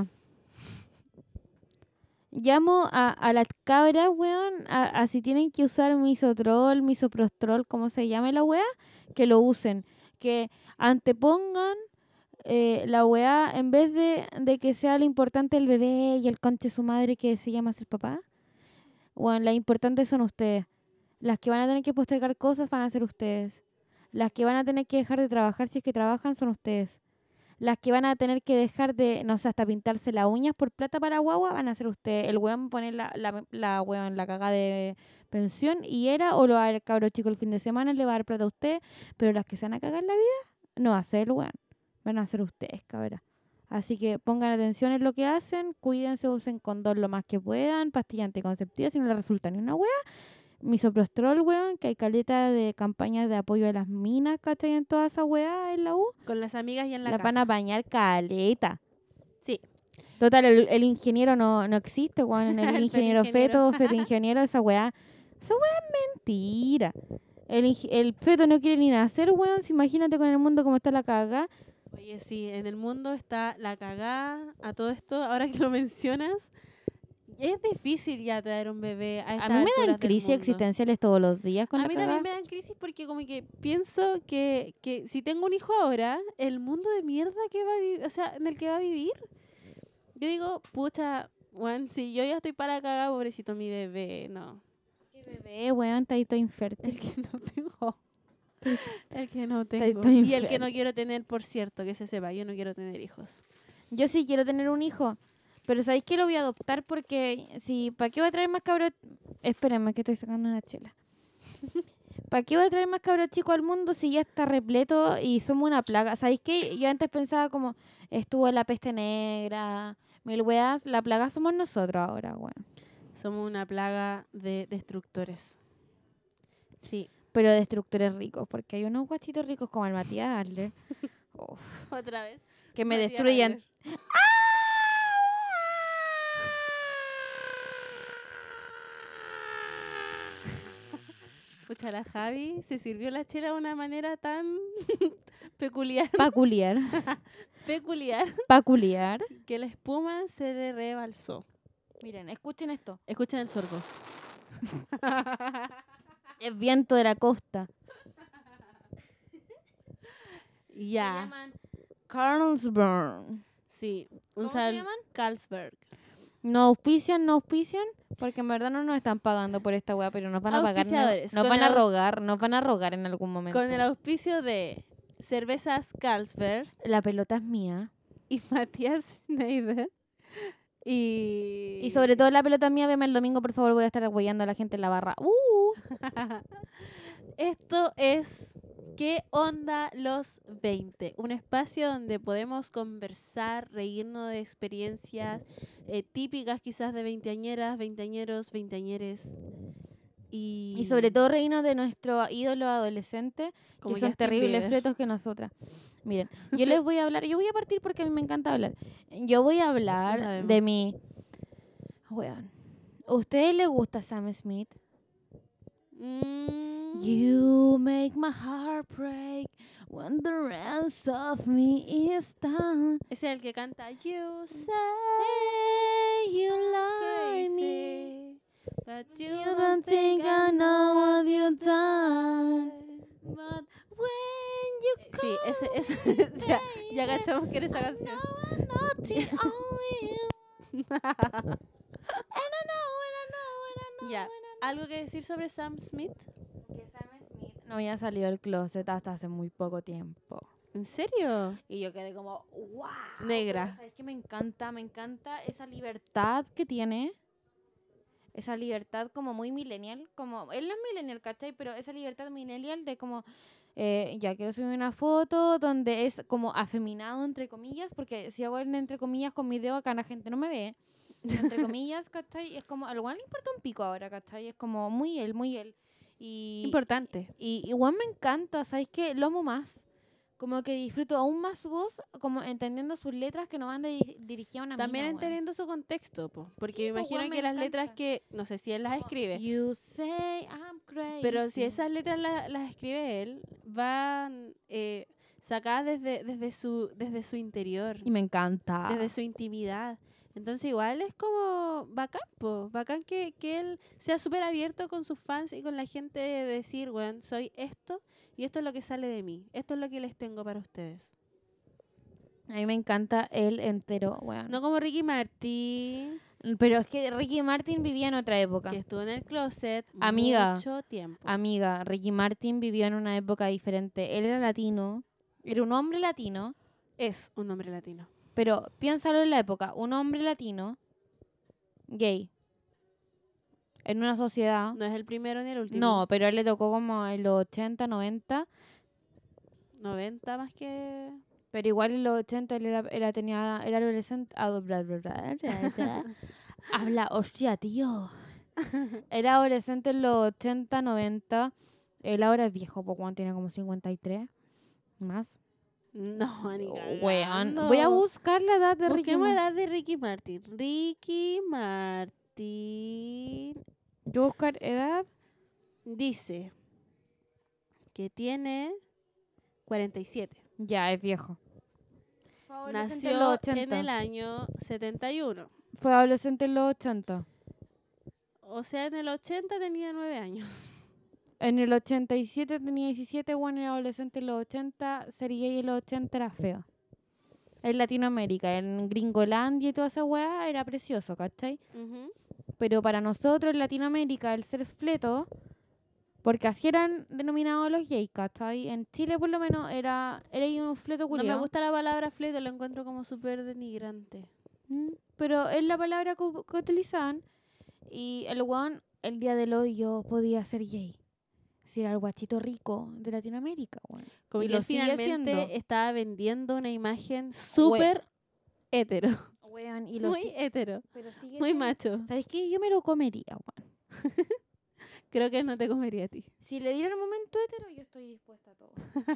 Llamo a, a las cabras, weón, a, a si tienen que usar misotrol, misoprostrol, como se llame la wea, que lo usen. Que antepongan eh, la weá, en vez de, de que sea lo importante el bebé y el conche su madre que se llama ser papá. Bueno, las importantes son ustedes. Las que van a tener que postergar cosas van a ser ustedes. Las que van a tener que dejar de trabajar si es que trabajan son ustedes. Las que van a tener que dejar de, no sé, hasta pintarse las uñas por plata para guagua van a ser ustedes. El weón va a poner la, la, la, weón, la caga de pensión y era, o lo va a dar el cabro chico el fin de semana, le va a dar plata a usted. Pero las que se van a cagar la vida, no va a ser el weón. Van a ser ustedes, cabra. Así que pongan atención en lo que hacen, cuídense, usen condón lo más que puedan, pastilla anticonceptiva si no les resulta ni una wea. Misoprostrol, weón, que hay caleta de campañas de apoyo a las minas, ¿cachai? En toda esa weá en la U. Con las amigas y en la, La, casa. van a bañar caleta. Sí. Total, el, el ingeniero no, no existe, weón. El, El ingeniero feto feto, feto ingeniero, esa weá. Esa weá es mentira. El, ing- el feto no quiere ni nacer, weón. Si imagínate con el mundo como está la caga. Oye, sí, en el mundo está la cagada a todo esto, ahora que lo mencionas. Es difícil ya traer un bebé a A estas mí me dan alturas del crisis mundo. existenciales todos los días con A la mí caga. también me dan crisis porque como que pienso que, que si tengo un hijo ahora, el mundo de mierda que va a vivir, o sea, en el que va a vivir, yo digo, pucha, bueno, si yo ya estoy para cagar, pobrecito mi bebé, no. ¿Qué bebé, weón? Está ahí todo El infértil. que no tengo. El que no Estoy- tengo. estoy Y el que enferma. no quiero tener, por cierto, que se sepa, yo no quiero tener hijos. Yo sí quiero tener un hijo. Pero ¿sabéis que lo voy a adoptar? Porque si, ¿para qué voy a traer más cabros? Espérenme que estoy sacando una chela. ¿Para qué voy a traer más cabros chicos al mundo si ya está repleto y somos una plaga? ¿Sabéis qué? Yo antes pensaba como, estuvo la peste negra, mil weas, la plaga somos nosotros ahora, weón. Somos una plaga de destructores. Sí. Pero destructores ricos, porque hay unos guachitos ricos como el Matías Adler. Uf, Otra vez. que me Matías destruyen. Adler. Pucha, la Javi se sirvió la chela de una manera tan peculiar, Peculiar. peculiar, Peculiar. que la espuma se le rebalsó. Miren, escuchen esto. Escuchen el sorgo. Es viento de la costa. Se Ya, llaman Carlsberg. sí. Un ¿Cómo se sal llaman? Carlsberg. No auspician, no auspician, porque en verdad no nos están pagando por esta weá, pero nos van a pagar. no- Auspiciadores, Nos con van a el aus- rogar, nos van a rogar en algún momento. Con el auspicio de cervezas Carlsberg La pelota es mía. y Matías Schneider. Y... Y sobre todo la pelota es mía, veme el domingo, por favor, voy a estar apoyando a la gente en la barra. Uh, Esto es ¿Qué onda los veinte? Un espacio donde podemos conversar, reírnos de experiencias eh, típicas quizás de veinteañeras, veinteañeros, veinteañeres. Y, Y sobre todo reírnos de nuestro ídolo adolescente, como que son Justin terribles Bieber. fretos que nosotras. Miren, yo les voy a hablar, yo voy a partir porque a mí me encanta hablar. Yo voy a hablar sabemos. de mi... Weón. ¿A ustedes les gusta Sam Smith? Mm, You make my heart break when the rest of me is down. ese es el que canta You say Hey, you like me. crazy, but you, You don't think I know what you've done. But when you Sí, ese, call ese, me, ya, ya baby, cachamos que era esa I canción. know I'm not the only one. And I know, and I know, and I know, Ya, and I know. ¿algo que decir sobre Sam Smith? Que Sam Smith no había salido del closet hasta hace muy poco tiempo. ¿En serio? Y yo quedé como, wow. Negra. ¿Sabes qué? Me encanta, me encanta esa libertad que tiene. Esa libertad como muy millennial. Como, él no es millennial, ¿cachai? Pero esa libertad millennial de como, eh, ya quiero subir una foto donde es como afeminado, entre comillas, porque si hago el entre comillas con mi dedo acá la gente no me ve. Entre comillas, ¿cachai? Es como, al igual le importa un pico ahora, ¿cachai? Es como muy él, muy él. Y, Importante. y igual me encanta, ¿sabes qué? Lo amo más. Como que disfruto aún más su voz, como entendiendo sus letras que no van de, dirigidas a una También mina, weón. entendiendo su contexto, po, porque Sí, me po, imagino weón, me que las letras encanta. que, no sé si él las escribe, You say I'm crazy. pero si esas letras la- las escribe él, van eh, sacadas desde, desde, su, desde su interior, Y me encanta. desde su intimidad. Entonces igual es como bacán, po, bacán que, que él sea súper abierto con sus fans y con la gente de decir, bueno, soy esto y esto es lo que sale de mí, esto es lo que les tengo para ustedes. A mí me encanta él entero, weón. No como Ricky Martin, Pero es que Ricky Martin vivía en otra época. que estuvo en el closet Amiga, mucho tiempo. Amiga, Ricky Martin vivió en una época diferente. Él era latino, era un hombre latino, Es un hombre latino. pero piénsalo en la época, un hombre latino, gay, en una sociedad... No es el primero ni el último. No, pero a él le tocó como en los ochenta, noventa, noventa más que... pero igual en los ochenta él era, era, tenía, era adolescente. ado- bla, bla, bla, bla, bla. Habla, hostia, tío. Era adolescente en los ochenta, noventa. Él ahora es viejo, porque Juan tiene como cincuenta y tres. Más. No, ni Oh, cagando. weón. Voy a buscar la edad de Ricky Busquemos Martin. edad de Ricky Martin. Ricky Martin Yo voy a buscar edad. dice que tiene cuarenta y siete. Ya, es viejo. Fue adolescente en Nació los en ochenta. el año setenta y uno. Fue adolescente en los ochenta. O sea, en el ochenta tenía nueve años. En el ochenta y siete tenía diecisiete, bueno, era adolescente en los ochenta, ser gay en los ochenta era feo. En Latinoamérica, en Gringolandia y toda esa weá era precioso, ¿cachai? Ujú. Pero para nosotros en Latinoamérica, el ser fleto, porque así eran denominados los gays, ¿cachai? En Chile por lo menos era, era ahí un fleto No culiao. me gusta la palabra fleto, lo encuentro como súper denigrante. Mm, Pero es la palabra que, u- que utilizaban. Y el weón, el día del hoy yo podía ser gay. Si era el guachito rico de Latinoamérica, weón. Como Y que lo él sigue finalmente siendo. estaba vendiendo una imagen súper hetero. Weón, y lo Muy si- hetero. pero sigue Muy siendo- macho. ¿Sabes qué? Yo me lo comería, weón. Creo que no te comería a ti. Si le diera el momento hetero, yo estoy dispuesta a todo.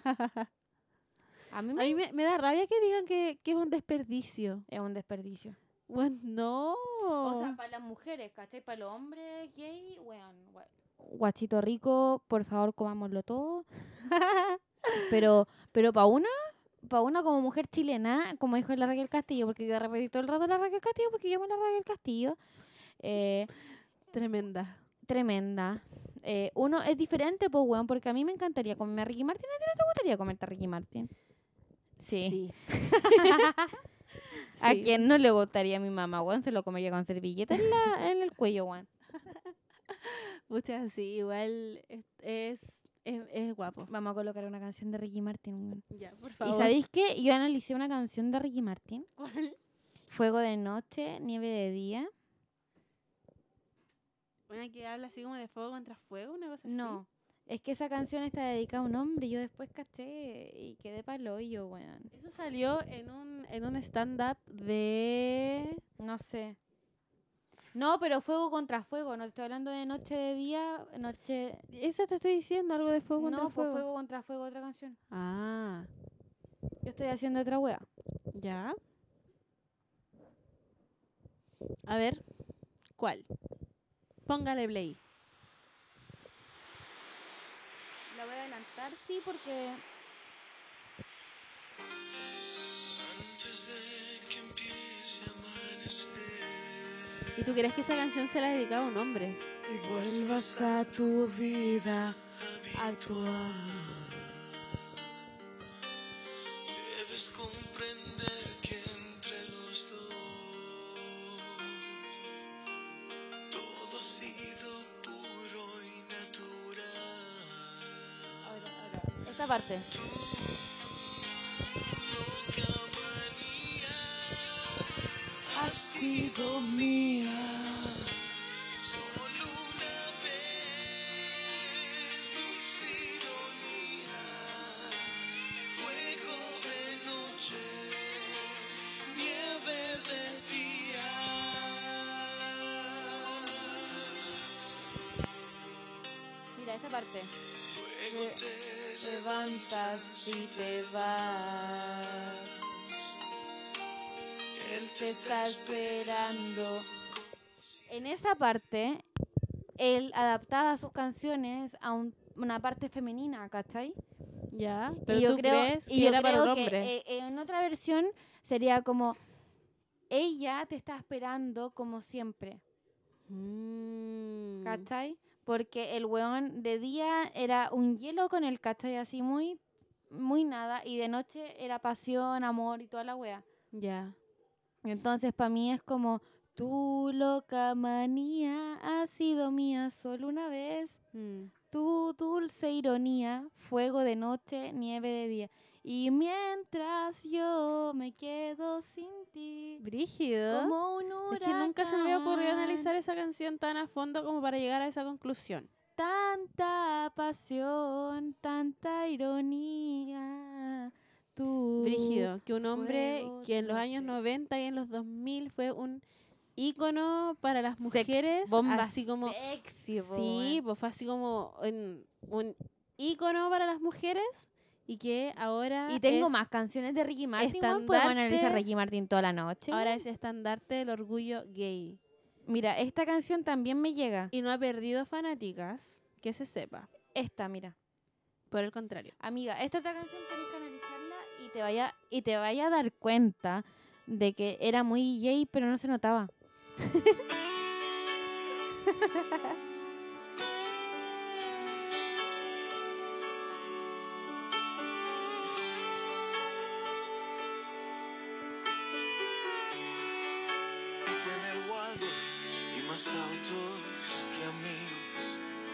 A mí A me mí me, me da rabia que digan que, que es un desperdicio. es un desperdicio. Bueno, no. O sea, para las mujeres, ¿cachai? Para los hombres gay, weón. gua- Guachito rico, por favor, comámoslo todo. Pero, pero para una, para una como mujer chilena, como dijo la Raquel Castillo, porque yo repetí todo el rato la Raquel Castillo, porque yo me la Raquel Castillo, eh, Tremenda. tremenda. Eh, uno es diferente, pues, weón, porque a mí me encantaría comerme a Ricky Martin. ¿A ti no te gustaría comerte a Ricky Martin? Sí. ¿A Sí. quién no le gustaría a mi mamá, weón? Se lo comería con servilleta en, la, en el cuello, weón. Pucha, sí, igual es, es, es, es guapo. Vamos a colocar una canción de Ricky Martin, weón. Ya, por ¿Y favor. sabéis qué? Yo analicé una canción de Ricky Martin. ¿Cuál? Fuego de noche, nieve de día. Una que habla así como de fuego contra fuego, una cosa así. No. Es que esa canción está dedicada a un hombre. Yo después caché y quedé palo y yo, weón. Eso salió en un, en un stand-up de... No sé. No, pero fuego contra fuego. No te estoy hablando de noche de día, noche... Eso te estoy diciendo, algo de fuego contra No, pues fuego. fuego contra fuego, otra canción. Ah, Yo estoy haciendo otra wea. ya. A ver, ¿cuál? Póngale play. La voy a adelantar, sí, porque... Antes de que empiece a amanecer ¿Y tú crees que esa canción se la dedicaba a un hombre? y vuelvas a tu vida habitual, debes comprender que entre los dos todo ha sido puro y natural. Ahora, ahora. Esta parte. Loca manía ha sido mía. Solo una vez, dulce ironía, fuego de noche, nieve de día. Mira, esta parte. Luego te Levantas y te vas. Él te está esperando. En esa parte, él adaptaba sus canciones a un- una parte femenina, ¿cachai? Ya, Y pero yo tú creo, crees y que yo era para creo un que, hombre. eh, en otra versión sería como, ella te está esperando como siempre, Mm, ¿cachai? Porque el weón de día era un hielo con el, ¿cachai? Así muy, muy nada, y de noche era pasión, amor y toda la wea. ya. Entonces, para mí es como, tu loca manía ha sido mía solo una vez. Mm. Tu dulce ironía, fuego de noche, nieve de día. Y mientras yo me quedo sin ti, Brígido. como un Es que nunca se me había ocurrido huracán, analizar esa canción tan a fondo como para llegar a esa conclusión. tanta pasión, tanta ironía. Tu Brígido, que un hombre fuego que de en los años noche. noventa y en los dos mil fue un ícono para las Sex- mujeres, bomba así como... sexy, po, Sí, weón. pues fue así como un, un ícono para las mujeres y que ahora Y tengo es, más canciones de Ricky Martin, weón. Podemos analizar estandarte- Ricky Martin toda la noche. ahora weón. es estandarte del orgullo gay. Mira, esta canción también me llega. Y no ha perdido fanáticas, que se sepa. Esta, mira. Por el contrario. Amiga, esta otra canción tenés que analizarla y te vaya, y te vaya a dar cuenta de que era muy gay, pero no se notaba. tener Waldorf y más autos que amigos.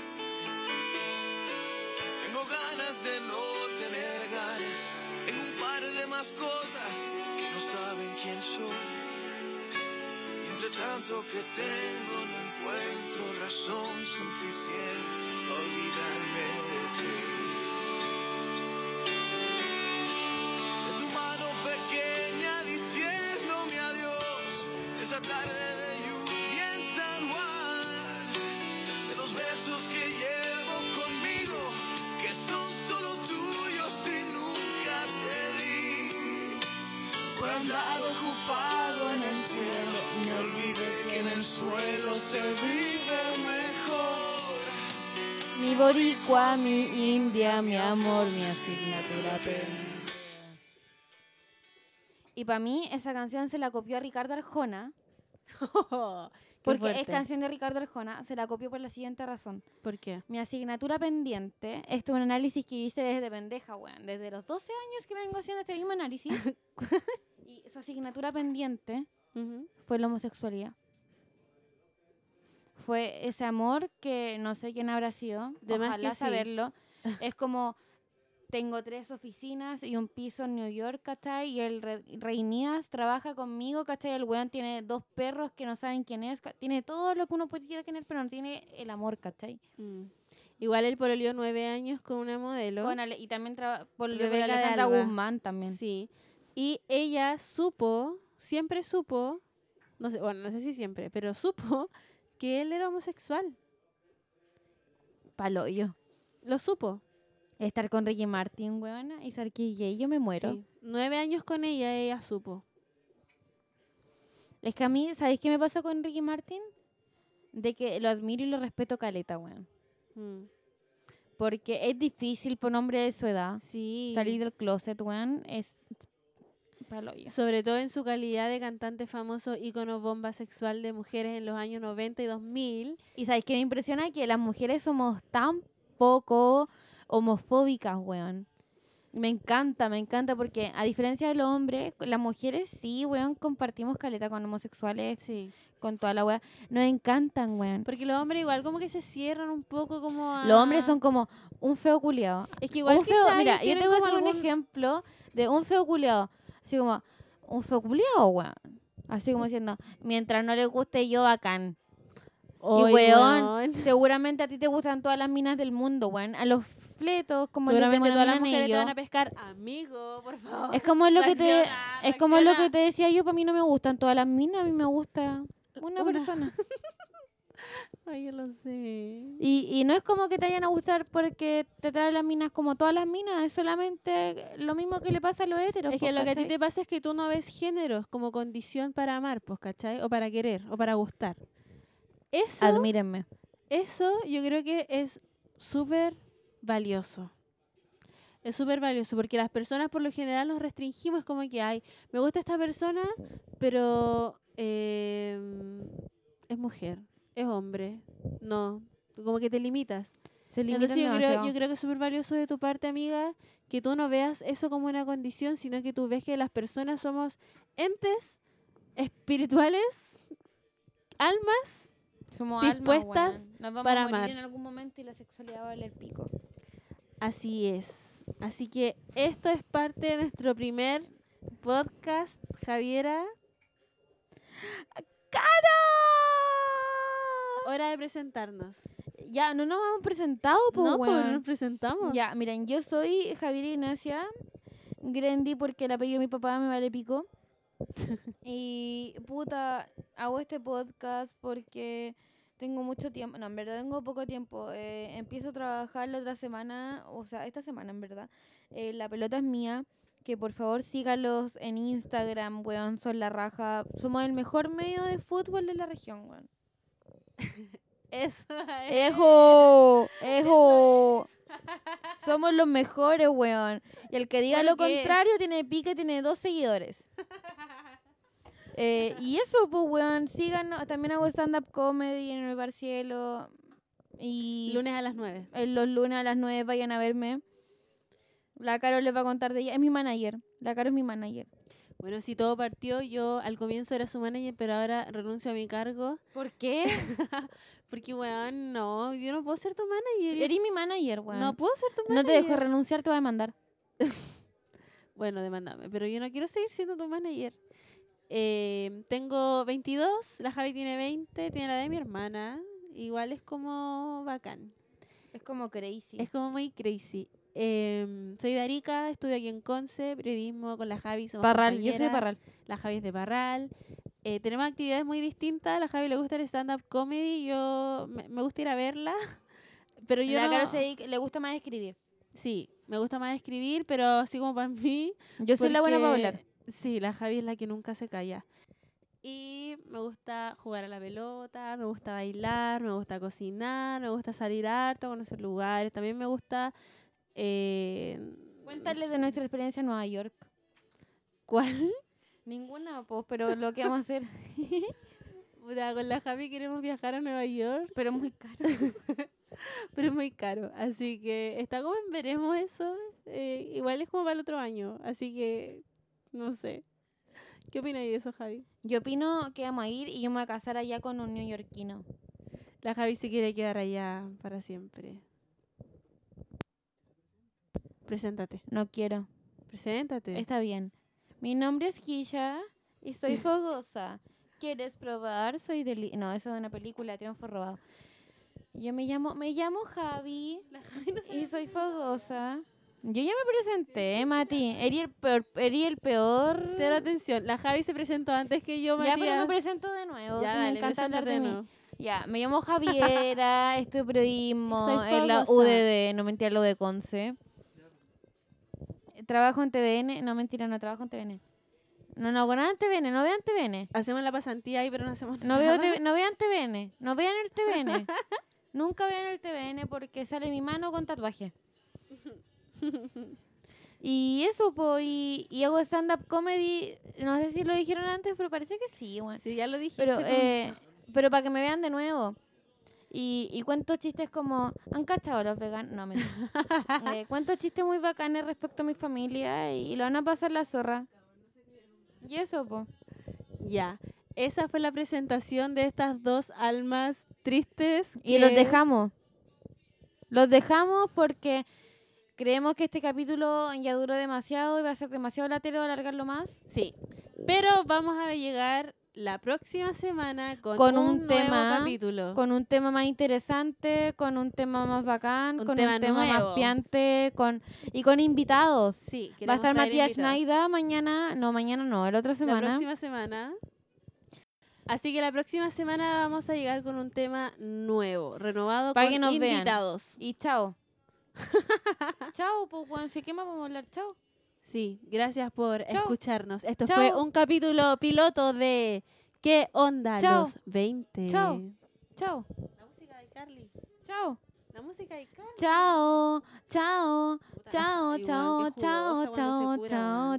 Tengo ganas de no tener ganas. Tengo un par de mascotas que no saben quién soy. Y entre tanto que tengo no encuentro razón suficiente para olvidarme de ti. De tu mano pequeña diciéndome adiós. Esa tarde de lluvia en San Juan. De los besos que llevo conmigo, que son solo tuyos y nunca te di. Por andar ocupado en el cielo, me olvidé que en el suelo se vive mejor. Mi boricua, mi india, mi amor, mi asignatura pendiente. Y para mí esa canción se la copió Ricardo Arjona, Qué porque es fuerte. canción de Ricardo Arjona, se la copió por la siguiente razón. ¿Por qué? Mi asignatura pendiente, esto es un análisis que hice desde pendeja, weón. Desde los doce años que vengo haciendo este mismo análisis. Y su asignatura pendiente Ujú. fue la homosexualidad. Fue ese amor que no sé quién habrá sido. De más Ojalá que sí. saberlo. Es como, tengo tres oficinas y un piso en New York, ¿cachai? Y el Re- Reinías trabaja conmigo, ¿cachai? El weón tiene dos perros que no saben quién es. ca- Tiene todo lo que uno puede quiera tener, pero no tiene el amor, ¿cachai? Mm. Igual él pololeó nueve años con una modelo. Con Ale- y también traba- por Rebeca por de Alejandra Alba. Guzmán también. Sí. Y ella supo, siempre supo, no sé, bueno, no sé si siempre, pero supo que él era homosexual. Paloyo. Lo supo. Estar con Ricky Martin, weona, y ser que es gay, yo me muero. Sí. Nueve años con ella, ella supo. Es que a mí, ¿sabéis qué me pasa con Ricky Martin? De que lo admiro y lo respeto caleta, weón. Mm. Porque es difícil por un hombre de su edad Sí. salir del closet, weón. Es paloyo. Sobre todo en su calidad de cantante famoso, ícono bomba sexual de mujeres en los años noventa y dos mil. Y ¿sabéis qué me impresiona? Que las mujeres somos tan poco homofóbicas, weón. Me encanta, me encanta porque a diferencia de los hombres, las mujeres sí, weón, compartimos caleta con homosexuales, Sí. con toda la weá. Nos encantan, weón. Porque los hombres igual como que se cierran un poco como a... Los hombres son como un feo culiado. Es que igual Un feo, quizá mira, ellos yo te tienen voy a como hacer un algún- ejemplo de un feo culiado. Así como, un feo culiado, weón. Así como diciendo, mientras no les guste yo, bacán. Ay, y weón, weón. seguramente a ti te gustan todas las minas del mundo, weón. A los fletos, como les Seguramente todas las denominan mujeres te ellos. van a pescar. Amigo, por favor. Es como lo que te Reacciona, es como lo que reacciona. te decía yo, para mí no me gustan todas las minas, a mí me gusta una, Una. persona. Ay, yo lo sé. Y, y no es como que te vayan a gustar porque te traen las minas como todas las minas, es solamente lo mismo que le pasa a los heteros. Es que po, lo que a ti ¿cachai? te pasa es que tú no ves géneros como condición para amar, pues, ¿cachai? O para querer, o para gustar. Eso, Admírenme. eso yo creo que es súper valioso. Es súper valioso porque las personas por lo general nos restringimos como que, ay, me gusta esta persona, pero eh, es mujer, es hombre. No, como que te limitas. Se limitan Entonces yo creo, demasiado. yo creo que es súper valioso de tu parte, amiga, que tú no veas eso como una condición, sino que tú ves que las personas somos entes espirituales, almas. Somos dispuestas almas, weón. Nos vamos para a morir amar. en algún momento y la sexualidad va a valer pico. Así es. Así que esto es parte de nuestro primer podcast, Javiera. Hora de presentarnos. Ya, no nos hemos presentado, pues, no, pues no weón. nos presentamos. Ya, miren, yo soy Javiera Ignacia Grendi porque el apellido de mi papá me vale pico. Y, puta, hago este podcast porque tengo mucho tiempo. No, en verdad tengo poco tiempo. Eh, empiezo a trabajar la otra semana, o sea, esta semana, en verdad. Eh, la pelota es mía. Que por favor sígalos en Instagram, weón, son la raja. Somos el mejor medio de fútbol de la región, weón. Eso es. ¡Ejo! ¡Ejo! Somos los mejores, weón. Y el que diga Claro lo que contrario tiene pique, tiene dos seguidores. Eh, y eso, pues, weón, síganos. También hago stand-up comedy en el Bar Cielo. Y Lunes a las nueve. en los lunes a las nueve vayan a verme. La Caro les va a contar de ella. Es mi manager. La Caro es mi manager. Bueno, si todo partió, yo al comienzo era su manager, pero ahora renuncio a mi cargo. ¿Por qué? Porque, weón, no, yo no puedo ser tu manager. Eres mi manager, weón. No puedo ser tu No manager. te dejo renunciar, te voy a demandar. Bueno, demándame, pero yo no quiero seguir siendo tu manager. Eh, tengo veintidós, la Javi tiene veinte, tiene la de mi hermana. Igual es como bacán. Es como crazy. Es como muy crazy. Eh, soy de Arica, estudio aquí en Conce, periodismo con la Javi. Somos Parral, yo soy de compañeras. Parral. La Javi es de Parral. Eh, tenemos actividades muy distintas. A la Javi le gusta el stand-up comedy. Yo me, me gusta ir a verla. Pero yo la no... Caro se dedica- le gusta más escribir. Sí, me gusta más escribir, pero así como para mí. Yo soy la buena para porque- hablar. Sí, la Javi es la que nunca se calla. Y me gusta jugar a la pelota, me gusta bailar, me gusta cocinar, me gusta salir harto, conocer lugares. También me gusta... Eh, Cuéntale de nuestra experiencia en Nueva York. ¿Cuál? Ninguna, pues, pero lo que vamos a hacer. Puta, con la Javi queremos viajar a Nueva York, Pero es muy caro. pero es muy caro. Así que está como en veremos eso. Eh, igual es como para el otro año. Así que no sé. ¿Qué opinas de eso, Javi? Yo opino que vamos a ir y yo me voy a casar allá con un neoyorquino. La Javi se quiere quedar allá para siempre. Preséntate. No quiero. Preséntate. Está bien. Mi nombre es Kisha y soy fogosa. ¿Quieres probar? Soy de... No, eso es una película, Triunfo Robado. Yo me llamo, me llamo Javi La Javi no y soy fogosa. Yo ya me presenté, Mati. Eri el peor. Eri el peor. Cero atención. La Javi se presentó antes que yo, Ya, Matías. pero me presento de nuevo. Ya, si dale, me encanta hablar de preséntate mí. nuevo. Ya, me llamo Javiera, estudio periodismo Soy en la fogosa. U D D, no mentira, lo de Conce. Trabajo en T V N, no mentira, no trabajo en T V N. No, no, con nada en T V N, no vean T V N. Hacemos la pasantía ahí, pero no hacemos No, nada. veo T V no vean T V N, no vean el T V N. Nunca vean el T V N porque sale mi mano con tatuaje. Y eso, pues, y, y hago stand-up comedy, no sé si lo dijeron antes, pero parece que sí, bueno. Sí, ya lo dije. Pero, eh, pero para que me vean de nuevo. Y, y cuento chistes como, ¿han cachado los veganos? No, mentira. eh, cuento chistes muy bacanes respecto a mi familia y, y lo van a pasar la zorra. Y eso, pues. Ya. Esa fue la presentación de estas dos almas tristes. Y que- los dejamos. Los dejamos porque creemos que este capítulo ya duró demasiado y va a ser demasiado latero alargarlo más. Sí. Pero vamos a llegar la próxima semana con, Con un, un nuevo tema, capítulo. Con un tema más interesante, con un tema más bacán, Un con tema un tema nuevo. más piante, con, y con invitados. Sí, Va a queremos estar traer Matías invitados. Schneider mañana, no, mañana no, la otra La semana. próxima semana. Así que la próxima semana vamos a llegar con un tema nuevo, renovado, Pa' con que nos vean. invitados. Y chao. Chao, pues, bueno, si qué más vamos a hablar, chao. Sí, gracias por Chao. escucharnos. Esto Chao. fue un capítulo piloto de ¿Qué onda Chao. los veinte? Chao. Chao, La música de Carly. chao. La música de Carly. Chao, chao, Puta, chao, ay, weón, chao, qué chao, jugosa cuando se chao, cura, chao, weón.